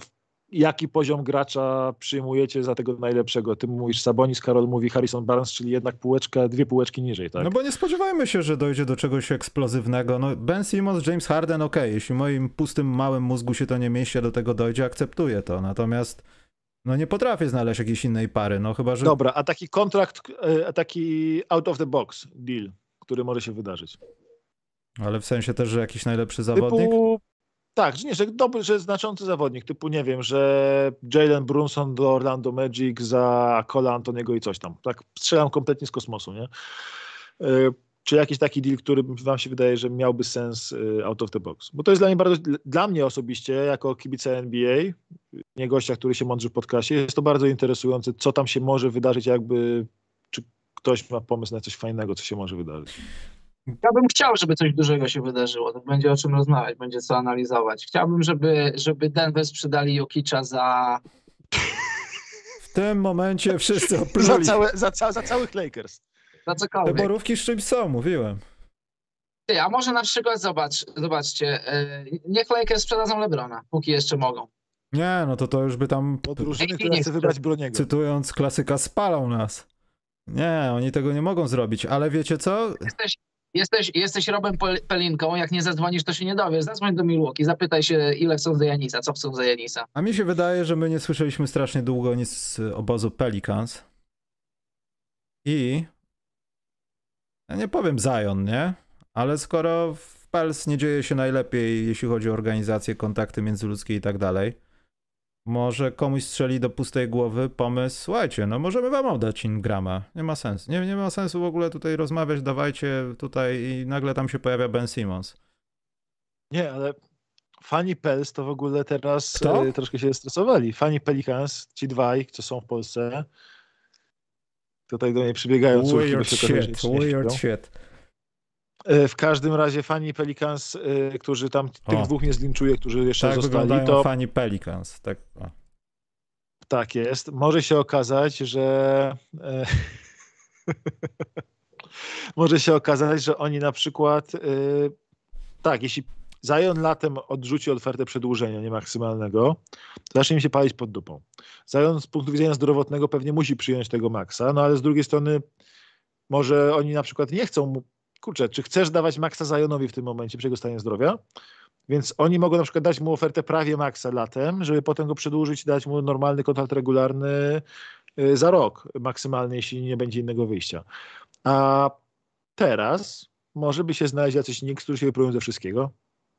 jaki poziom gracza przyjmujecie za tego najlepszego. Ty mówisz Sabonis, Karol mówi Harrison Barnes, czyli jednak dwie półeczki niżej, tak? No bo nie spodziewajmy się, że dojdzie do czegoś eksplozywnego. No Ben Simmons, James Harden, okej, jeśli moim pustym, małym mózgu się to nie mieści, a do tego dojdzie, akceptuję to. Natomiast no nie potrafię znaleźć jakiejś innej pary, no chyba, że... Dobra, a taki kontrakt, taki out of the box deal, który może się wydarzyć. Ale w sensie też, że jakiś najlepszy zawodnik? Tak, że dobry, że znaczący zawodnik, typu nie wiem, że Jalen Brunson do Orlando Magic za Cola Antoniego i coś tam. Tak strzelam kompletnie z kosmosu, nie? Czy jakiś taki deal, który wam się wydaje, że miałby sens out of the box? Bo to jest dla mnie osobiście, jako kibica NBA, nie gościa, który się mądrzy w podcaście, jest to bardzo interesujące, co tam się może wydarzyć, czy ktoś ma pomysł na coś fajnego, co się może wydarzyć. Ja bym chciał, żeby coś dużego się wydarzyło. To będzie o czym rozmawiać, będzie co analizować. Chciałbym, żeby Denver sprzedali Jokicza za... W tym momencie wszyscy opluli. Za całych Lakers. Za Te cokolwiek. borówki z czymś są, mówiłem. Ty, a może na przykład zobaczcie, niech Lakers sprzedadzą LeBrona, póki jeszcze mogą. Nie, no to już by tam, Od drużyny, Ej, która nie chce wybrać Broniego. cytując klasyka, spalał nas. Nie, oni tego nie mogą zrobić, ale wiecie co? Jesteś Robem Pelinką, jak nie zadzwonisz, to się nie dowiesz. Zadzwoń do Milwaukee, zapytaj się, ile chcą za Janisa, co chcą za Janisa. A mi się wydaje, że my nie słyszeliśmy strasznie długo nic z obozu Pelicans. I ja nie powiem Zion, nie? Ale skoro w Pels nie dzieje się najlepiej, jeśli chodzi o organizację, kontakty międzyludzkie i tak dalej, może komuś strzeli do pustej głowy pomysł, słuchajcie, no możemy wam oddać Ingrama. Nie ma sensu. Nie ma sensu w ogóle tutaj rozmawiać, dawajcie tutaj i nagle tam się pojawia Ben Simmons. Nie, ale fani Pels to w ogóle teraz Kto? troszkę się stresowali. Fani Pelicans, ci dwaj, co są w Polsce, tutaj do mnie przybiegają córki, bo się okazuje, że nic nie Weird śpią. shit. W każdym razie fani Pelicans, którzy tam tych O. dwóch nie zlinczuje, którzy jeszcze Tak zostali, wyglądają to fani Pelicans. Tak. O. tak jest. Może się okazać, że może się okazać, że oni na przykład tak, jeśli Zion latem odrzuci ofertę przedłużenia niemaksymalnego, to zacznie mi się palić pod dupą. Zion z punktu widzenia zdrowotnego pewnie musi przyjąć tego maksa, no ale z drugiej strony może oni na przykład nie chcą mu, kurczę, czy chcesz dawać maksa Zionowi w tym momencie przy jego stanie zdrowia? Więc oni mogą na przykład dać mu ofertę prawie maksa latem, żeby potem go przedłużyć i dać mu normalny kontrakt regularny za rok maksymalny, jeśli nie będzie innego wyjścia. A teraz może by się znaleźć jacyś Knicks, którzy się wypróbują ze wszystkiego.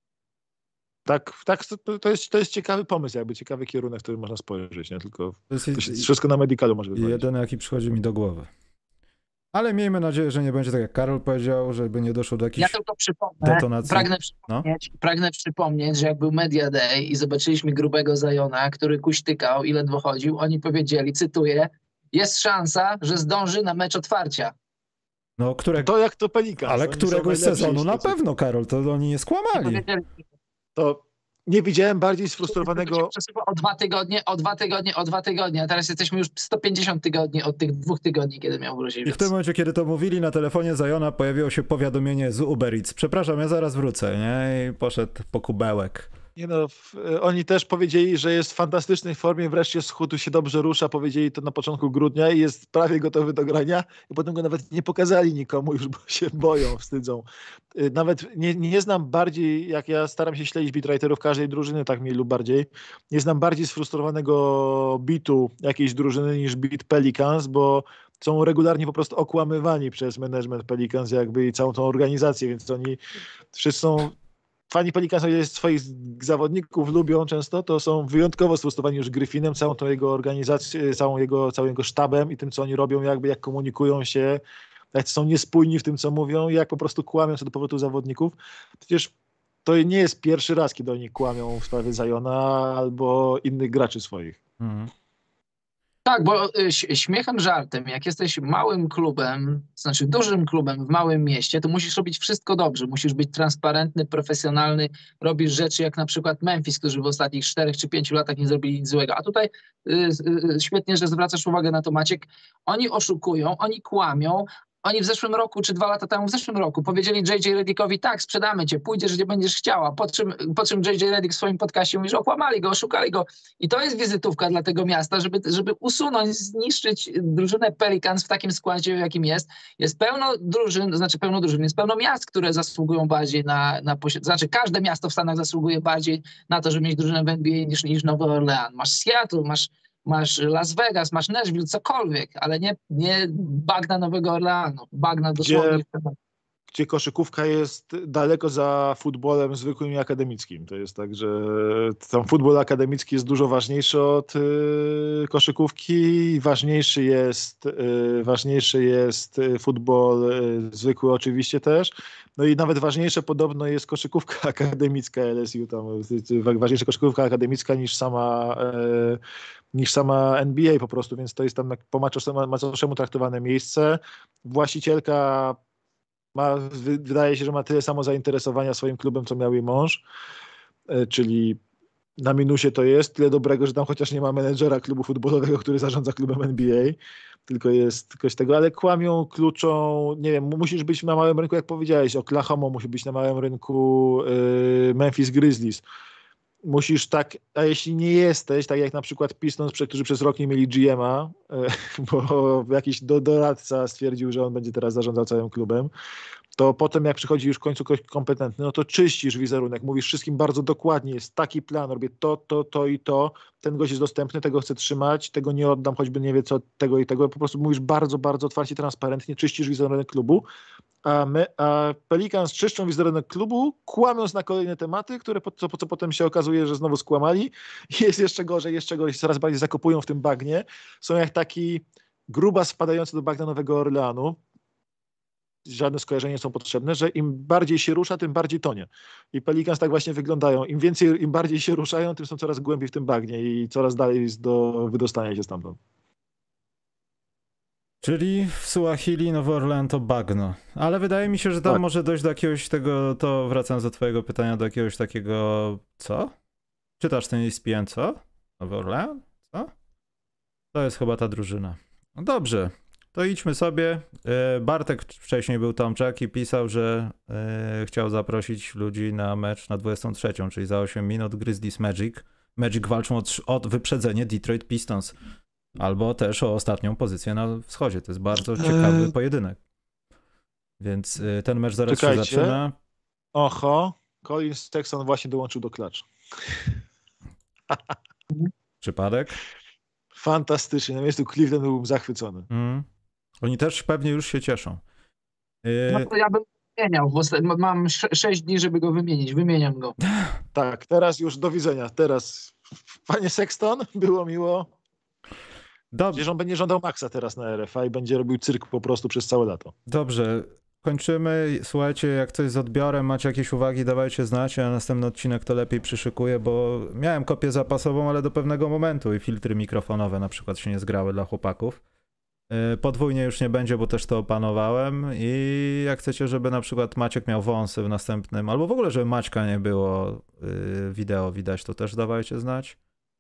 Tak, to jest ciekawy pomysł, jakby ciekawy kierunek, w który można spojrzeć, nie? Tylko To jest to się wszystko na medicalu może wypalić. jedyny, jaki przychodzi mi do głowy. Ale miejmy nadzieję, że nie będzie tak, jak Karol powiedział, żeby nie doszło do Ja jakichś tylko przypomnę, detonacji. pragnę przypomnieć, że jak był Media Day i zobaczyliśmy grubego Ziona, który kuśtykał i ledwo chodził, oni powiedzieli, cytuję, jest szansa, że zdąży na mecz otwarcia. No, To jak to Pelicans. ale oni są któregoś najlepsi, sezonu na jeśli chodzi- pewno, Karol, to oni nie skłamali. Powiedzieli, To nie widziałem bardziej że to sfrustrowanego... się przesuwa o 2 tygodnie, a teraz jesteśmy już 150 tygodni od tych 2 tygodni, kiedy miał wrócić. I w tym momencie, kiedy to mówili, na telefonie Ziona pojawiło się powiadomienie z Uber Eats. Przepraszam, ja zaraz wrócę, nie? I poszedł po kubełek. Nie no, oni też powiedzieli, że jest w fantastycznej formie, wreszcie schudł, się dobrze rusza, powiedzieli to na początku grudnia i jest prawie gotowy do grania i potem go nawet nie pokazali nikomu już, bo się boją, wstydzą. Nawet nie znam bardziej, jak ja staram się śledzić beatwriterów każdej drużyny, tak mniej lub bardziej, nie znam bardziej sfrustrowanego bitu jakiejś drużyny niż beat Pelicans, bo są regularnie po prostu okłamywani przez management Pelicans jakby i całą tą organizację, więc oni wszyscy są... Fani Pelicans swoich zawodników lubią często, to są wyjątkowo sfrustrowani już Griffinem, całą tą jego organizacją, całym jego sztabem i tym, co oni robią, jakby jak komunikują się, jak są niespójni w tym, co mówią, jak po prostu kłamią co do powrotu zawodników. Przecież to nie jest pierwszy raz, kiedy oni kłamią w sprawie Ziona albo innych graczy swoich. Mhm. Tak, bo śmiechem, żartem, jak jesteś małym klubem, znaczy dużym klubem w małym mieście, to musisz robić wszystko dobrze, musisz być transparentny, profesjonalny, robisz rzeczy jak na przykład Memphis, którzy w ostatnich 4 czy 5 latach nie zrobili nic złego. A tutaj świetnie, że zwracasz uwagę na to, Maciek, oni oszukują, oni kłamią, Oni w zeszłym roku, czy 2 lata temu, w zeszłym roku powiedzieli J.J. Redickowi, tak, sprzedamy cię, pójdziesz, gdzie będziesz chciała. Po czym J.J. Redick w swoim podcaście mówi, że okłamali go, oszukali go. I to jest wizytówka dla tego miasta, żeby usunąć, zniszczyć drużynę Pelicans w takim składzie, w jakim jest. Jest pełno drużyn, jest pełno miast, które zasługują bardziej znaczy każde miasto w Stanach zasługuje bardziej na to, żeby mieć drużynę w NBA niż Nowy Orlean. Masz Seattle, masz Las Vegas, masz Nashville, cokolwiek, ale nie bagna Nowego Orleanu. Bagna dosłownie. Gdzie koszykówka jest daleko za futbolem zwykłym i akademickim. To jest tak, że tam futbol akademicki jest dużo ważniejszy od koszykówki. Ważniejszy jest futbol zwykły oczywiście też. No i nawet ważniejsze podobno jest koszykówka akademicka LSU. Tam ważniejsza koszykówka akademicka niż sama NBA po prostu, więc to jest tam po macoszemu traktowane miejsce. Właścicielka wydaje się, że ma tyle samo zainteresowania swoim klubem, co miał jej mąż, czyli na minusie to jest, tyle dobrego, że tam chociaż nie ma menedżera klubu futbolowego, który zarządza klubem NBA, tylko jest coś tego, ale kłamią, kluczą, nie wiem, musisz być na małym rynku, jak powiedziałeś, Oklahoma musi być na małym rynku, Memphis Grizzlies. Musisz tak, a jeśli nie jesteś, tak jak na przykład Pistons, którzy przez rok nie mieli GM-a, bo jakiś doradca stwierdził, że on będzie teraz zarządzał całym klubem, to potem jak przychodzi już w końcu ktoś kompetentny, no to czyścisz wizerunek, mówisz wszystkim bardzo dokładnie, jest taki plan, robię to i to, ten gość jest dostępny, tego chcę trzymać, tego nie oddam, choćby nie wie co, tego i tego, po prostu mówisz bardzo, bardzo otwarcie, transparentnie, czyścisz wizerunek klubu, a Pelicans czyszczą wizerunek klubu, kłamiąc na kolejne tematy, co potem się okazuje, że znowu skłamali. Jest jeszcze gorzej, coraz bardziej zakopują w tym bagnie. Są jak taki grubas spadający do bagna Nowego Orleanu. Żadne skojarzenia nie są potrzebne, że im bardziej się rusza, tym bardziej tonie. I Pelicans tak właśnie wyglądają. Im bardziej się ruszają, tym są coraz głębiej w tym bagnie i coraz dalej jest do wydostania się stamtąd. Czyli w Suahili Nowy Orlean to bagno. Ale wydaje mi się, że tam może dojść do jakiegoś tego, to wracając do twojego pytania, do jakiegoś takiego, co? Czytasz ten ESPN, co? Nowy Orlean? Co? To jest chyba ta drużyna. No dobrze, to idźmy sobie. Bartek wcześniej był Tomczak i pisał, że chciał zaprosić ludzi na mecz na 23, czyli za 8 minut Grizzlies Magic. Magic walczą o wyprzedzenie Detroit Pistons. Albo też o ostatnią pozycję na wschodzie. To jest bardzo ciekawy pojedynek. Więc ten mecz zaraz się zaczyna. Oho, Colin Sexton właśnie dołączył do klacz. Przypadek? Fantastycznie. Na miejscu Cleveland byłbym zachwycony. Oni też pewnie już się cieszą. No to ja bym wymieniał, bo mam 6 dni, żeby go wymienić. Wymieniam go. Tak, teraz już do widzenia. Teraz, panie Sexton, było miło. Przecież on będzie żądał maksa teraz na RFA i będzie robił cyrk po prostu przez całe lato. Dobrze, kończymy. Słuchajcie, jak coś z odbiorem, macie jakieś uwagi, dawajcie znać, a następny odcinek to lepiej przyszykuję, bo miałem kopię zapasową, ale do pewnego momentu i filtry mikrofonowe na przykład się nie zgrały dla chłopaków. Podwójnie już nie będzie, bo też to opanowałem i jak chcecie, żeby na przykład Maciek miał wąsy w następnym, albo w ogóle, żeby Maćka nie było wideo widać, to też dawajcie znać.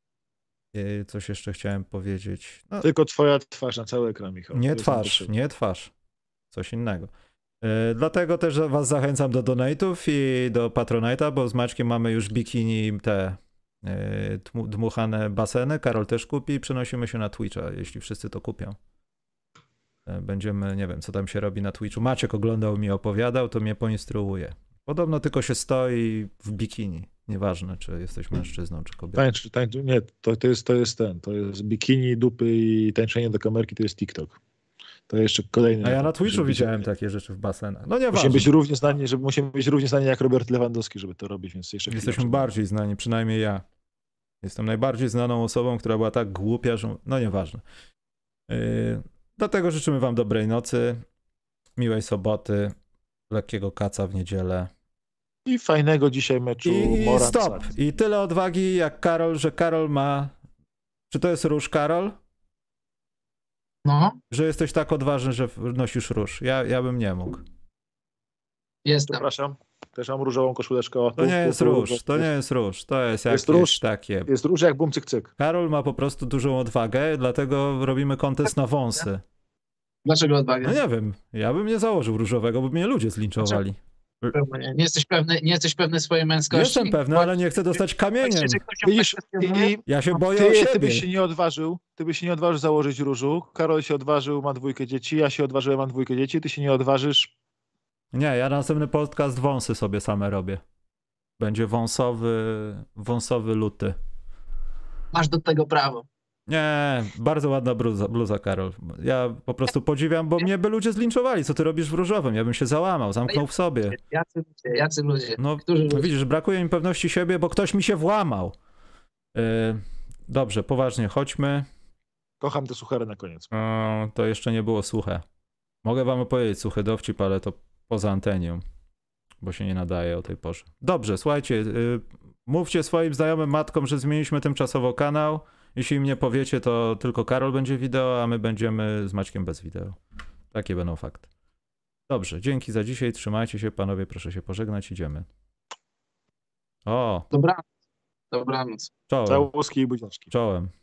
Coś jeszcze chciałem powiedzieć. No, tylko twoja twarz na cały ekran, Michał. Nie twarz. Coś innego. Dlatego też was zachęcam do donate'ów i do Patronite'a, bo z Maćkiem mamy już bikini te dmuchane baseny. Karol też kupi i przenosimy się na Twitcha, jeśli wszyscy to kupią. Będziemy, nie wiem, co tam się robi na Twitchu. Maciek oglądał, mi opowiadał, to mnie poinstruuje. Podobno tylko się stoi w bikini. Nieważne, czy jesteś mężczyzną, czy kobietą. Nie, to jest bikini, dupy i tańczenie do kamerki, to jest TikTok. To jeszcze kolejny. A ja na Twitchu widziałem takie rzeczy w basenach. No nieważne. Musimy być równie znani jak Robert Lewandowski, żeby to robić, więc jeszcze jesteśmy bardziej znani, przynajmniej ja. Jestem najbardziej znaną osobą, która była tak głupia, że... No nieważne. Dlatego życzymy wam dobrej nocy, miłej soboty, lekkiego kaca w niedzielę. I fajnego dzisiaj meczu. I stop. I tyle odwagi jak Karol, że Karol ma... Czy to jest róż, Karol? No. Że jesteś tak odważny, że nosisz róż. Ja bym nie mógł. Jestem. Przepraszam. Też mam różową koszuleczkę. To nie jest róż. To nie jest róż. To jest jakieś róż, takie... Jest róż jak bum cyk cyk. Karol ma po prostu dużą odwagę, dlatego robimy kontest na wąsy. Dlaczego odwagę? No nie wiem, ja bym nie założył różowego, bo mnie ludzie zlinczowali. Nie jesteś pewny swojej męskości? Jestem pewny, ale nie chcę dostać kamieniem. Czy ktoś ją Widzisz, kwestionuje? Ja się boję o ty siebie. byś się nie odważył, założyć różu. Karol się odważył, ma 2 dzieci, ja się odważyłem, mam 2 dzieci, ty się nie odważysz. Nie, ja następny podcast wąsy sobie same robię. Będzie wąsowy luty. Masz do tego prawo. Nie, bardzo ładna bluza, Karol. Ja po prostu podziwiam, bo mnie by ludzie zlinczowali. Co ty robisz w różowym? Ja bym się załamał, zamknął w sobie. Jacy ludzie? No, Którzy ludzie? widzisz, brakuje mi pewności siebie, bo ktoś mi się włamał. Dobrze, poważnie, chodźmy. Kocham te suchary na koniec. To jeszcze nie było suche. Mogę wam opowiedzieć suchy dowcip, ale to poza antenią, bo się nie nadaje o tej porze. Dobrze, słuchajcie, mówcie swoim znajomym matkom, że zmieniliśmy tymczasowo kanał. Jeśli im nie powiecie, to tylko Karol będzie wideo, a my będziemy z Maćkiem bez wideo. Takie będą fakty. Dobrze, dzięki za dzisiaj, trzymajcie się panowie, proszę się pożegnać, idziemy. O, Dobranoc. Dobranoc. czołem, Całuski i buziaczki. czołem.